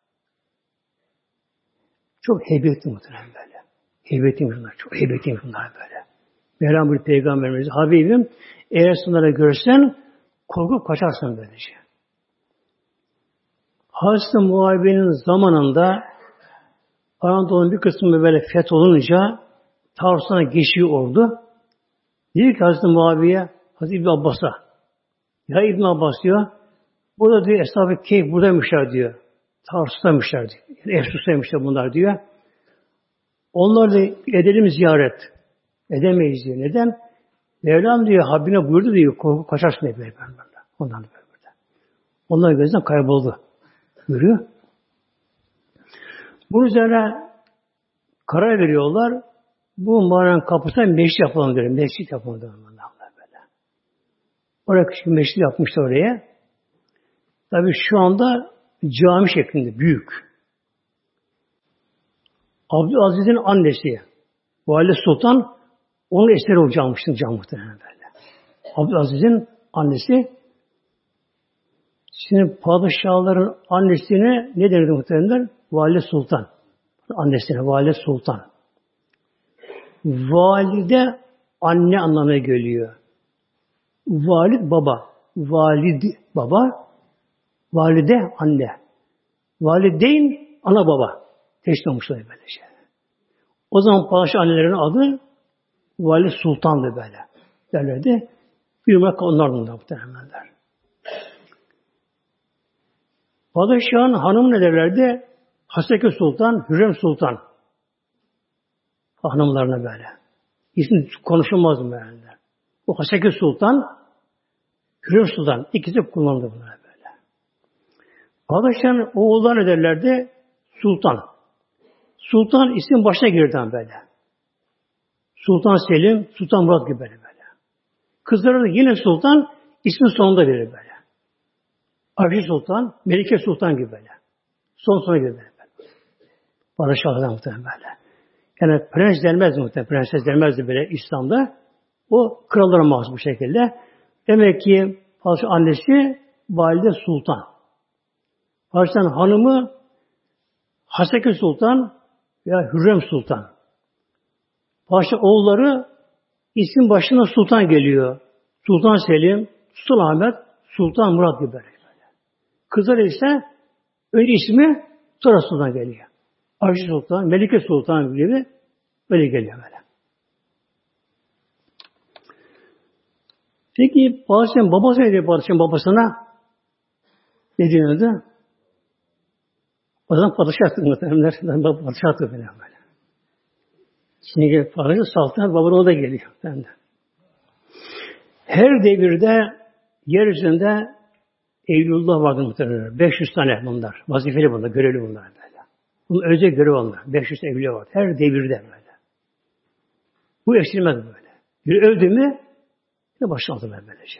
Çok heybetli muhtemelen böyle. Heybetli bunlar. Çok heybetli bunlar böyle. Mevlam bir peygamberimiz Habibim eğer onları görsen korkup kaçarsın böylece. Hazreti Muhabibe'nin zamanında Anadolu'nun bir kısmı böyle fetholunca Tarsus'tan geçiyor ordu. Diyor ki Hazreti Muaviye, Hazreti İbn Abbas'a, ya İbn Abbas diyor, burada diyor Eshab-ı Keyf buradaymışlar diyor. Tarsus'taymışlar diyor. Yani Efsus'taymışlar bunlar diyor. Onlar da edelim ziyaret. Edemeyiz diyor. Neden? Mevlam diyor, Habibine buyurdu diyor, korku kaçarsın diye böyle. Ondan da böyle. Onlar gözden kayboldu. Buyuruyor. Bunun üzerine karar veriyorlar. Bu mağaranın kapısına meşrit yapalım diyor. Meşrit yapalım diyor. Böyle. Oraya küçük bir meşrit yapmışlar oraya. Tabii şu anda cami şeklinde, büyük. Abdülaziz'in annesi, Valide Sultan, onun eseri o cammıştı, cam muhtemelen böyle. Abdülaziz'in annesi, şimdi padişahların annesine ne denirdi muhtemelen? Valide Sultan. Annesine Valide Sultan. Valide anne anlamına geliyor. Valid baba. Valid baba. Valide anne. Valideyn ana baba. Teşkil olmuşlar böylece. O zaman padişah annelerinin adı Valide Sultan'dı böyle. Derlerdi. Bir numara onlardan da muhtemelenler. Padişahın hanımı ne derlerdi? Haseke Sultan, Hürrem Sultan. Hanımlarına böyle. İsmi konuşulmaz mı böyle? Bu Haseke Sultan, Hürrem Sultan. İkisi kullanıldı bunlar böyle. Padişahın oğulları ne derlerdi? Sultan. Sultan isim başına girdi böyle. Sultan Selim, Sultan Murat gibi böyle böyle. Kızları da yine Sultan, ismin sonunda verir böyle. Ayşe Sultan, Melike Sultan gibi böyle. Son sona gibi böyle. Padişahlardan muhtemelen böyle. Yani prens denmez muhtemelen, prenses denmezdi böyle İslam'da. O krallara mahsus bu şekilde. Demek ki padişah annesi Valide Sultan. Padişahın hanımı Haseke Sultan veya Hürrem Sultan. Padişah oğulları isim başına Sultan geliyor. Sultan Selim, Sultan Ahmet, Sultan Murat gibi böyle. Kızları ise önce ismi sonra Sultan geliyor. Ayşe Sultan, Melike Sultan gibi böyle geliyor böyle. Peki padişahın babası ne diyor padişahın babasına? Ne diyordu? O zaman padişahtı muhtemelenler. Padişahtı böyle böyle. Şimdi padişah saltanat babanın o da geliyor. Ben de. Her devirde yeryüzünde Evliyullah vardı muhtemelen. beş yüz tane bunlar. Vazifeli bunlar, görevli bunlar böyle. Bunun özel görevi onlar. beş yüz evliya var. Her devirde böyle. Bu eksilmez böyle. Bir öldü mü ne başlandılar böylece.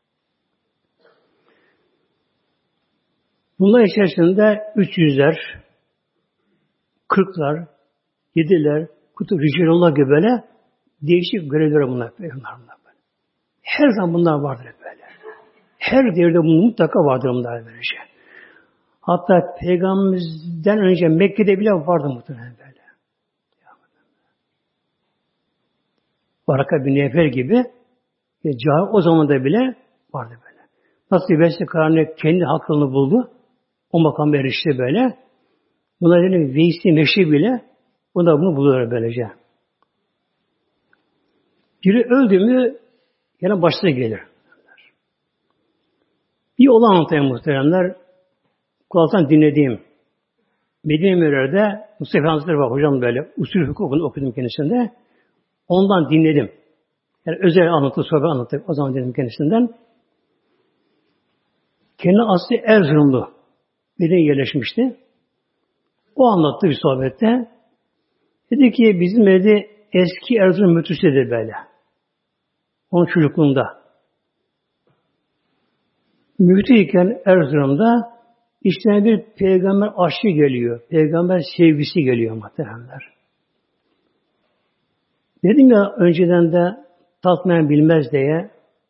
Bunlar içerisinde üç yüzler, kırklar, yediler, kutu Ricelullah gibi böyle değişik görevler bunlar. bunlar böyle. Her zaman bunlar vardır böyle. Her devirde bunun mutlaka vardır bunlar böylece. Hatta Peygamberimizden önce Mekke'de bile vardı muhtemelen böyle. Varaka bin Nefer gibi cahil o zaman da bile vardı böyle. Nasıl bir Vesile Karani kendi hakkını buldu. O makama erişti böyle. Bunlar yine Veysi Meşri bile bunlar bunu buluyorlar böylece. Biri öldü mü yine başına gelir. Bir olay anlatayım muhteremler. Kulaktan dinlediğim Medine Münevvere'de Mustafa Hazretleri var hocam böyle usul hukukunu okudum kendisinde. Ondan dinledim. Yani özel anlatı, sohbet anlattı. O zaman dedim kendisinden. Kendi aslı Erzurumlu. Medine'ye yerleşmişti. O anlattı bir sohbette. Dedi ki bizim evde eski Erzurum müftüsü dedi böyle. Onun çocukluğunda. Müftüyken Erzurum'da işte bir peygamber aşkı geliyor. Peygamber sevgisi geliyor muhtemelenler. Dedim ya önceden de tatmayan bilmez diye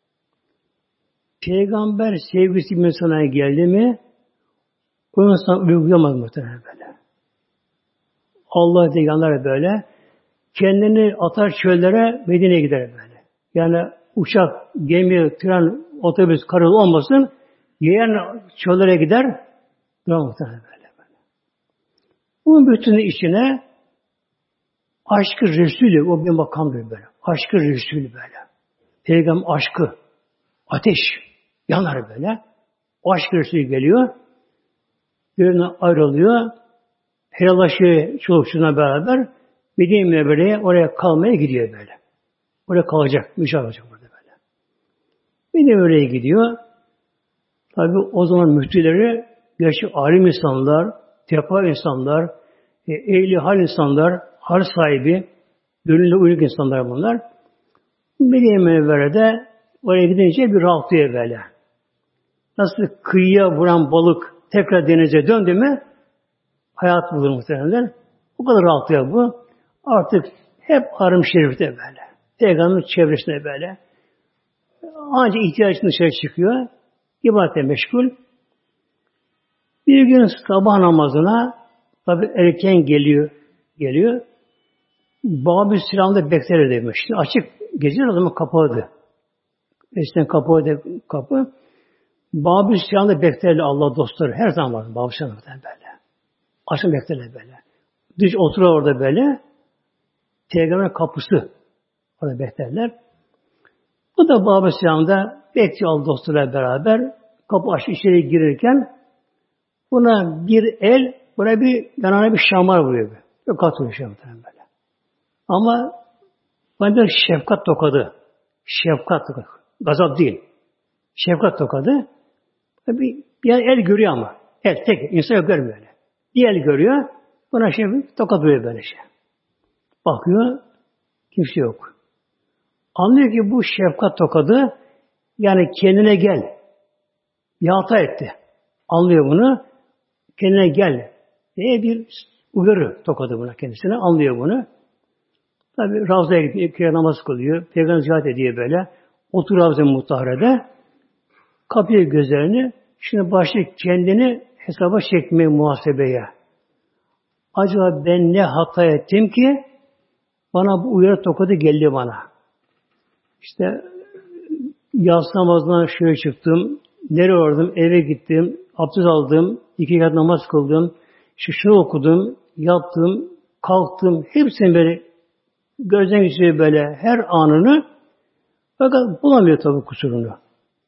peygamber sevgisi bir insana geldi mi o insan uygulamaz muhtemelen böyle. Allah peygamber böyle kendini atar çöllere Medine'ye gider böyle. Yani uçak, gemi, tren, otobüs, karayolu olmasın yeğen çöllere gider duran muhtemelen böyle. böyle. Bunun bütünü içine Aşkı Resulü, o bir makamdır böyle. Aşkı Resulü böyle. Peygamber aşkı, ateş yanar böyle. O aşkı Resulü geliyor. Birbirinden ayrılıyor. Helallaşıyor çoluk çocuğuna beraber. Medine Münevvere'ye oraya kalmaya gidiyor böyle. Oraya kalacak, müşahit olacak burada böyle. Medine Münevvere'ye gidiyor. Tabi o zaman müftüleri gerçek alim insanlar, tekva insanlar, e, ehli hal insanlar, hal sahibi, gönüllü uyruk insanlar bunlar. Medine Münevvere'de oraya gidince bir rahatlıyor böyle. Nasıl kıyıya vuran balık tekrar denize döndü mü hayat bulur muhtemelen. O kadar rahatlıyor bu. Artık hep Harem-i Şerif'te böyle. Peygamberin çevresinde böyle. Ancak ihtiyacını dışarı çıkıyor. İbadete meşgul. Bir gün sabah namazına tabi erken geliyor. Geliyor. Bab-ı Selam'da bekler demiş. Açık geziyor, o zaman kapalıydı. Eskiden kapalıydı kapı. Bab-ı Selam'da beklerler Allah dostları. Her zaman var Bab-ı Selam'da böyle. Açık beklerler böyle. Dış oturuyor orada böyle. Peygamber kapısı. Orada beklerler. Bu da Bab-ı Selam'da bekliyor Allah dostlarıyla beraber. Kapı açıp içeri girirken buna bir el, buna bir yanına bir şamar vuruyor. Yok atıyor şamar böyle. Ama bana bir şefkat tokadı. Şefkat tokadı. Gazap değil. Şefkat tokadı. Bir, bir el görüyor ama. El tek. İnsan görmüyor öyle. Bir el görüyor. Buna şey tokat vuruyor böyle şey. Bakıyor. Kimse yok. Anlıyor ki bu şefkat tokadı. Yani kendine gel. Bir hata etti. Anlıyor bunu. Kendine gel. Diye bir uyarı tokadı buna kendisine. Anlıyor bunu. Tabi Ravza'ya gidiyor. Namaz kılıyor. Peygamber ziyaret ediyor böyle. Otur Ravza-i Mutahhare'de. Kapıyor gözlerini. Şimdi başlıyor kendini hesaba çekmeye, muhasebeye. Acaba ben ne hata ettim ki bana bu uyarı tokadı geldi bana. İşte yatsı namazından şöyle çıktım. Nereye vardım? Eve gittim. Abdest aldım. İki rekat namaz kıldım. İşte şunu okudum. Yattım. Kalktım. Hepsini böyle gözden geçiriyor böyle her anını. Fakat bulamıyor tabii kusurunu.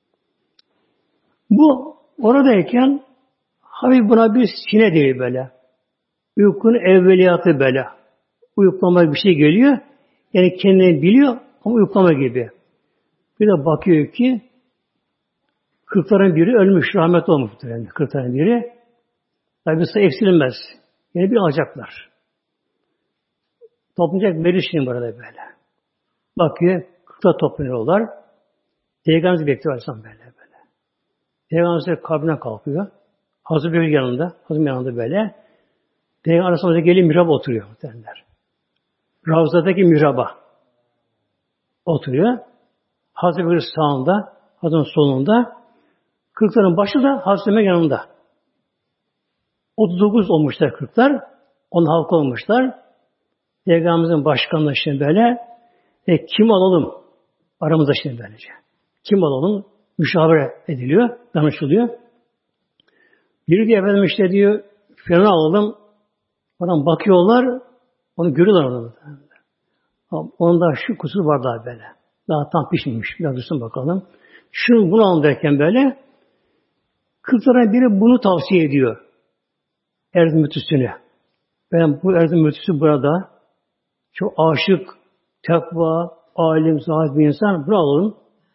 Bu oradayken hafif buna bir sine değil böyle. Uykunun evveliyatı böyle. Uyuklama bir şey geliyor. Yani kendini biliyor ama uyuklama gibi. Bir de bakıyor ki kırkların biri ölmüş, rahmetli olmuş. Yani kırkların biri. Tabi sayı eksilmez. Yani bir alacaklar. Toplanacak meclis şimdi burada böyle. Bakıyor, kırkta toplanıyorlar. Peygamberimizi bekliyor Aleyhisselam böyle böyle. Peygamberimiz kabrine kalkıyor. Hazır bir yanında, hazır bir yanında böyle. Peygamber Aleyhisselam geliyor, mihraba oturuyor. Derler. Ravzadaki mihraba oturuyor. Hazreti bir sağında, Hazreti solunda, kırkların başı da Hazreti Ömer yanında. otuz dokuz olmuşlar kırklar, on halka olmuşlar. Peygamberimizin başkanlığı şimdi böyle, e, kim alalım? Aramızda şimdi böylece. Kim alalım? Müşavere ediliyor, danışılıyor. Biri diyor efendim işte diyor, filanı alalım. Oradan bakıyorlar, onu görüyorlar orada. Onda şu kusur var daha böyle. Daha tam pişmemiş. Biraz dursun bakalım. Şunu bunu alalım derken böyle, kırklara biri bunu tavsiye ediyor. Erzim mütüsüne. Ben bu erzim mütüsü burada. Çok aşık, tekva, alim, zahid bir insan. Bunu alalım.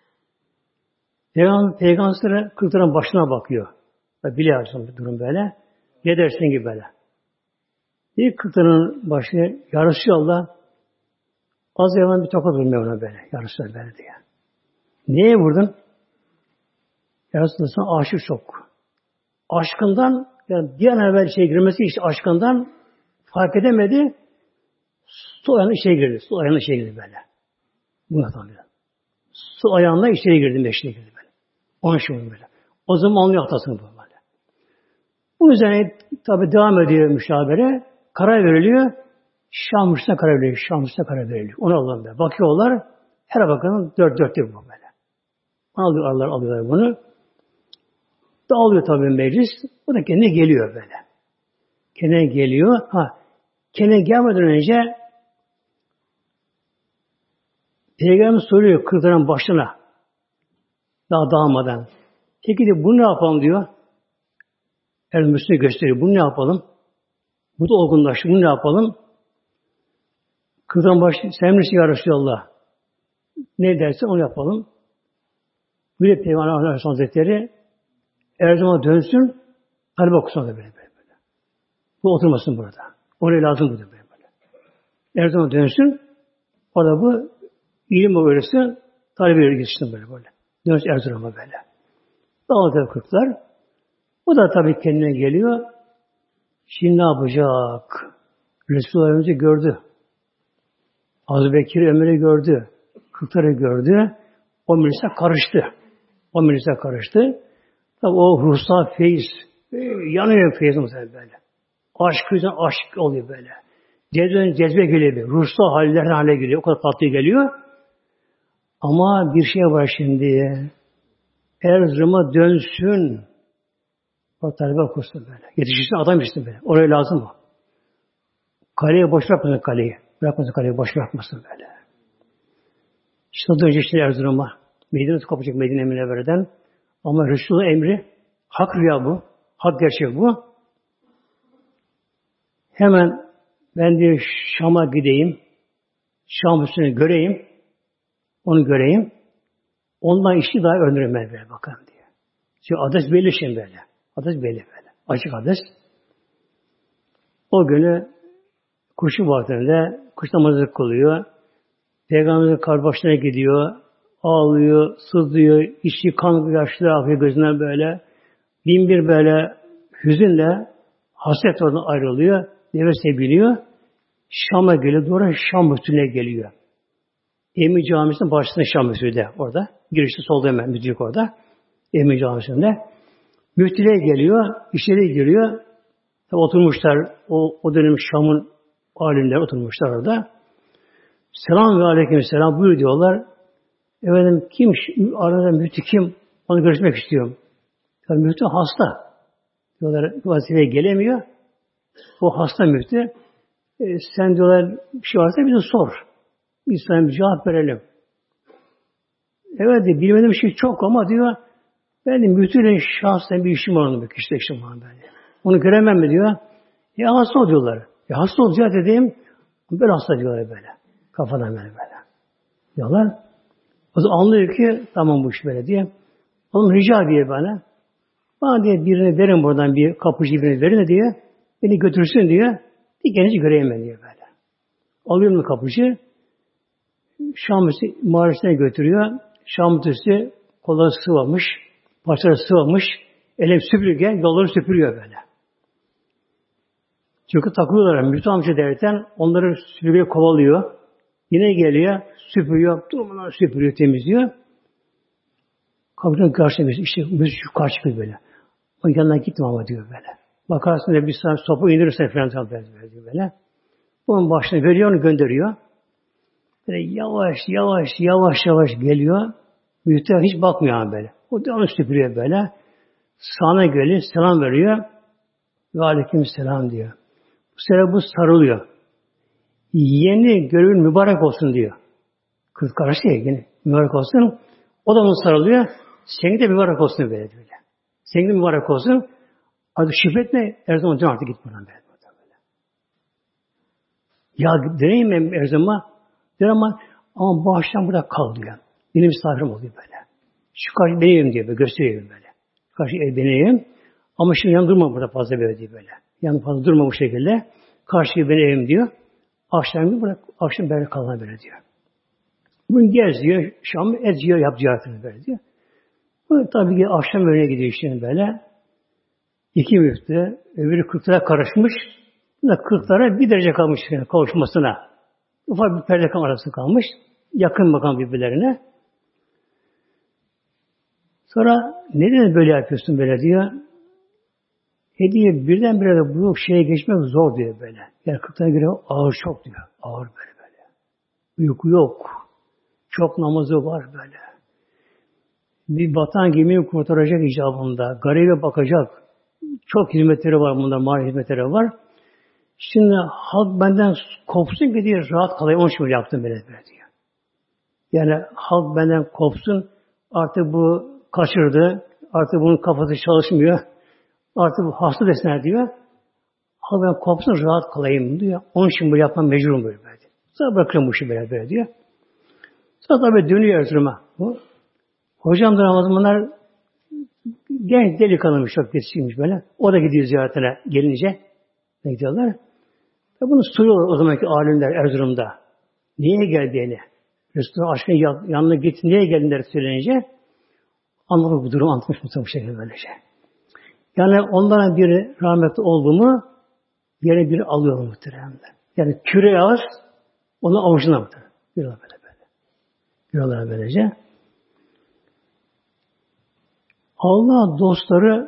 Peygamber, Peygamber kırkların başına bakıyor. Biliyorsun bir durum böyle. Ne dersin gibi böyle. Bir kırkların başına ya Resulallah az evvel bir tokat vurmuyor ona böyle. Ya Resulallah böyle diye. Neye vurdun? Ya Resulallah sana aşık çok. Aşkından yani bir an evvel şey girmesi işte aşkından fark edemedi. Su ayağına içeri girdi. Su ayağına içeri girdi böyle. Buna tabii. Su ayağına içeri girdi. Meşine girdi böyle. Onun için böyle. O zaman anlıyor hatasını bu böyle. Bu üzerine tabii devam ediyor müşavere. Karar veriliyor. Şam-Müş'ten karar veriliyor. Şam-Müş'ten karar veriliyor. Onu alalım böyle. Bakıyorlar. Her bakanın dört dörtlük bu böyle. Alıyorlar, alıyorlar bunu. Dağılıyor tabii meclis. Bu da kendine geliyor böyle. Kendine geliyor. Ha, kendine gelmeden önce Peygamber soruyor kırkların başına. Daha dağılmadan. Peki de bunu ne yapalım diyor. El Müslüman'ı gösteriyor. Bunu ne yapalım? Bu da olgunlaştı. Bunu ne yapalım? Kırkların başı sen misin ya Resulallah? Ne derse onu yapalım. Böyle Peygamber Aleyhisselam Hazretleri her zaman dönsün, kalbe okusun da böyle, böyle böyle. Bu oturmasın burada. Oraya lazım burada böyle böyle. Her zaman dönsün, orada bu ilim öğretsin, talebeleri geçsin böyle böyle. Dönsün Erzurum'a böyle. Dağıldı kırklar. O da tabii kendine geliyor. Şimdi ne yapacak? Resulullah önce gördü. Hazreti Bekir Ömer'i gördü. Kırkları gördü. O meclise karıştı. O meclise karıştı. Tabi o ruhsal feyiz. Yanıyor feyiz mesela böyle. Aşk yüzünden aşk oluyor böyle. Cezbe, cezbe geliyor böyle. Ruhsal hallerden hale geliyor. O kadar tatlı geliyor. Ama bir şey var şimdi. Erzurum'a dönsün. O talebe okursun böyle. Yetişirsin adam yetişsin böyle. Oraya lazım o. Kaleyi boş bırakmasın kaleyi. Bırakmasın kaleyi boş bırakmasın böyle. İşte o dönecek şimdi Erzurum'a. Medine'de kapacak Medine Münevvere'den. Ama Resulullah emri hak rüya bu. Hak gerçek bu. Hemen ben diyor Şam'a gideyim. Şam üstüne göreyim. Onu göreyim. Ondan işi daha öğrenirim ben böyle bakalım diye. Çünkü adres belli şimdi böyle. Adres belli böyle. Açık adres. O günü kuşu vaktinde kuş namazı kılıyor. Peygamberin kar başına gidiyor. Ağlıyor, sızlıyor, içi kan yaşlı akıyor gözünden böyle. Bin bir böyle hüzünle hasret oradan ayrılıyor. Nefese biniyor. Şam'a geliyor. Doğru Şam müftülüğüne geliyor. Emin Camisi'nin başında Şam müftülüğü orada. Girişte solda hemen müftülük orada. Emin Camisi'nde. Müftülüğe geliyor. İçeri giriyor. Tabi oturmuşlar. O, o dönem Şam'ın alimler oturmuşlar orada. Selam ve aleyküm selam buyur diyorlar. Efendim kim? Arada müftü kim? Onu görüşmek istiyorum. Yani müftü hasta. Diyorlar vazifeye gelemiyor. O hasta müftü. E, sen diyorlar bir şey varsa bize sor. Biz sana bir cevap verelim. Evet bilmediğim bir şey çok ama diyor ben de müftüyle şahsen bir işim var onun bir kişide işim var ben. Onu göremem mi diyor. Ya hasta ol diyorlar. Ya hasta ol ziyaret edeyim. Böyle hasta diyorlar böyle. Kafadan böyle böyle. Diyorlar. O zaman anlıyor ki tamam bu iş böyle diye. Oğlum rica diye bana. Bana diye birini verin buradan bir kapıcı birini verin diye. Beni götürsün diye. Bir genci göreyim ben diye böyle. Alıyorum kapıcı. Şam'ı mahallesine götürüyor. Şam'ı kolları sıvamış. Başları sıvamış. Elem süpürge yolları süpürüyor böyle. Çünkü takılıyorlar. Müftü amca derken onları süpürgeye kovalıyor. Yine geliyor. Süpürüyor. Durmadan süpürüyor. Temizliyor. Kapıdan karşıya işte müzik şu karşı böyle. O yanına gitme ama diyor böyle. Bakarsın da bir saat sopa indirirse falan diyor böyle. Onun başına veriyor onu gönderiyor. Böyle yavaş yavaş yavaş yavaş geliyor. Müftü hiç bakmıyor ama böyle. O da onu süpürüyor böyle. Sağına geliyor. Selam veriyor. Ve aleyküm selam diyor. Bu sefer bu sarılıyor. Yeni görevin mübarek olsun diyor. Kız karşı ya yine mübarek olsun. O da onu sarılıyor. Senin de mübarek olsun böyle böyle. Senin de mübarek olsun. Artık şifretme. Her zaman dön artık git buradan böyle. Ya deneyim ben her zaman. Der ama ama bu akşam burada kal diyor. Benim misafirim oluyor böyle. Şu karşı deneyim diyor. Böyle, gösteriyor böyle. Karşı ev deneyim. Ama şimdi yan durma burada fazla böyle diyor böyle. Yan fazla durma bu şekilde. Karşıya beni evim diyor. Akşam burada akşam böyle kalma böyle diyor. Bunu geziyor. Şam eziyor yap ziyaretini böyle diyor. Bu tabii ki akşam öğlene gidiyor şimdi böyle. İki müftü. Öbürü kırklara karışmış. Bunda kırklara bir derece kalmış yani kavuşmasına. Ufak bir perde arası kalmış. Yakın bakan birbirlerine. Sonra neden böyle yapıyorsun böyle diyor. Hediye birdenbire de bu şeye geçmek zor diyor böyle. Yani kırklara göre ağır çok diyor. Ağır böyle böyle. Uyku yok. Çok namazı var böyle. Bir vatan gemiyi kurtaracak icabında. Garibe bakacak. Çok hizmetleri var bunda. Mali hizmetleri var. Şimdi halk benden kopsun ki diye rahat kalayım. Onun için yaptım böyle böyle diyor. Yani halk benden kopsun. Artık bu kaçırdı. Artık bunun kafası çalışmıyor. Artık bu hasta desinler diyor. Halk ben kopsun rahat kalayım diyor. Onun için böyle yapmam mecburum böyle. böyle. Sonra bırakıyorum bu işi böyle, böyle diyor. Sonra tabii dönüyor Erzurum'a. Bu. Hocam da Ramazanlar genç delikanlıymış, çok yetişkinmiş böyle. O da gidiyor ziyaretine gelince. Ne gidiyorlar? Ve bunu soruyorlar o zamanki alimler Erzurum'da. Niye geldiğini. Resulullah aşkına yanına git, niye geldin söylenince anlamış bu durumu anlatmış bu şekilde böylece. Yani onların biri rahmetli oldu mu yine biri alıyor muhtemelen. Yani küre ağır onu avucuna muhtemelen. Görüyorlar böyle böyle. Görüyorlar böylece. Allah dostları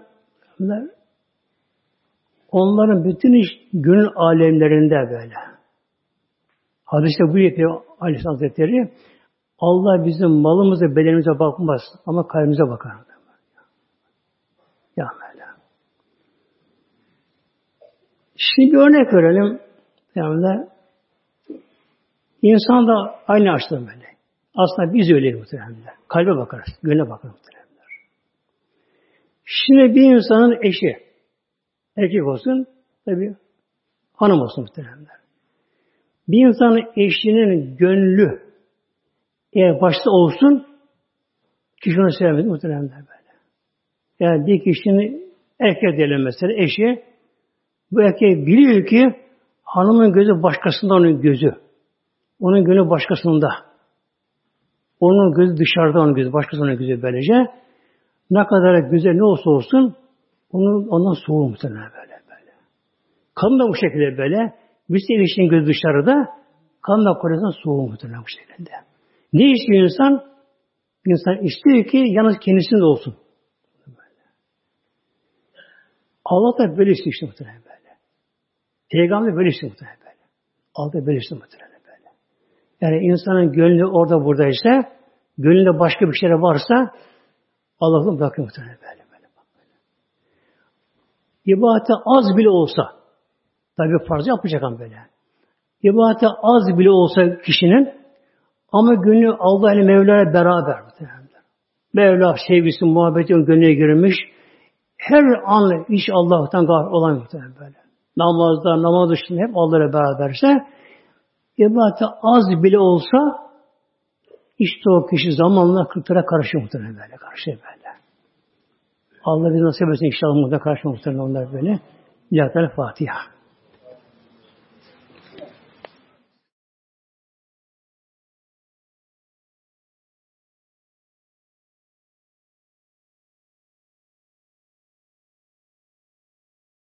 onların bütün iş gönül alemlerinde böyle. Hadiste bu yapıyor Aleyhisselam Hazretleri. Allah bizim malımıza, bedenimize bakmaz ama kalbimize bakar. Ya Mevla. Şimdi bir örnek verelim. Yani insan da aynı açtı böyle. Aslında biz öyleyiz muhtemelen. Kalbe bakarız, gönle bakarız muhtemelen. Şimdi bir insanın eşi, erkek olsun, tabii hanım olsun muhtemelen. Bir insanın eşinin gönlü eğer başta olsun, kişi onu sevmedi muhtemelen böyle. Yani bir kişinin erkek diyelim mesela eşi, bu erkek biliyor ki hanımın gözü başkasında onun gözü. Onun gönlü başkasında. Onun gözü dışarıda onun gözü, başkasının gözü böylece. Ne kadar güzel ne olsa olsun onun, ondan soğur muhtemelen böyle böyle. Kadın da bu şekilde böyle. Bir ilişkinin gözü dışarıda, kan da koruyorsan soğur muhtemelen bu şekilde. Ne istiyor insan? İnsan istiyor ki yalnız kendisinde olsun. Böyle. Allah da böyle istiyor işte muhtemelen böyle. Peygamber böyle istiyor muhtemelen böyle. Allah da böyle istiyor muhtemelen böyle. Yani insanın gönlü orada buradaysa, gönlünde başka bir şeyler varsa Allah'ın bırakıyor muhtemelen böyle. böyle, böyle. İbadete az bile olsa, tabi farz yapacak ama böyle. İbadete az bile olsa kişinin, ama gönlü Allah ile Mevla'ya beraber. Mevla sevgisi, muhabbeti gönlüne girmiş. Her an iş Allah'tan gafil olan muhtemelen böyle. Namazda, namaz dışında hep Allah'la beraberse, ibadete az bile olsa, işte o kişi zamanla kırklara karışıyor muhtemelen böyle. Karışıyor böyle. Allah bizi nasip etsin inşallah muhtemelen karışıyor muhtemelen onlar böyle. İlahi Fatiha.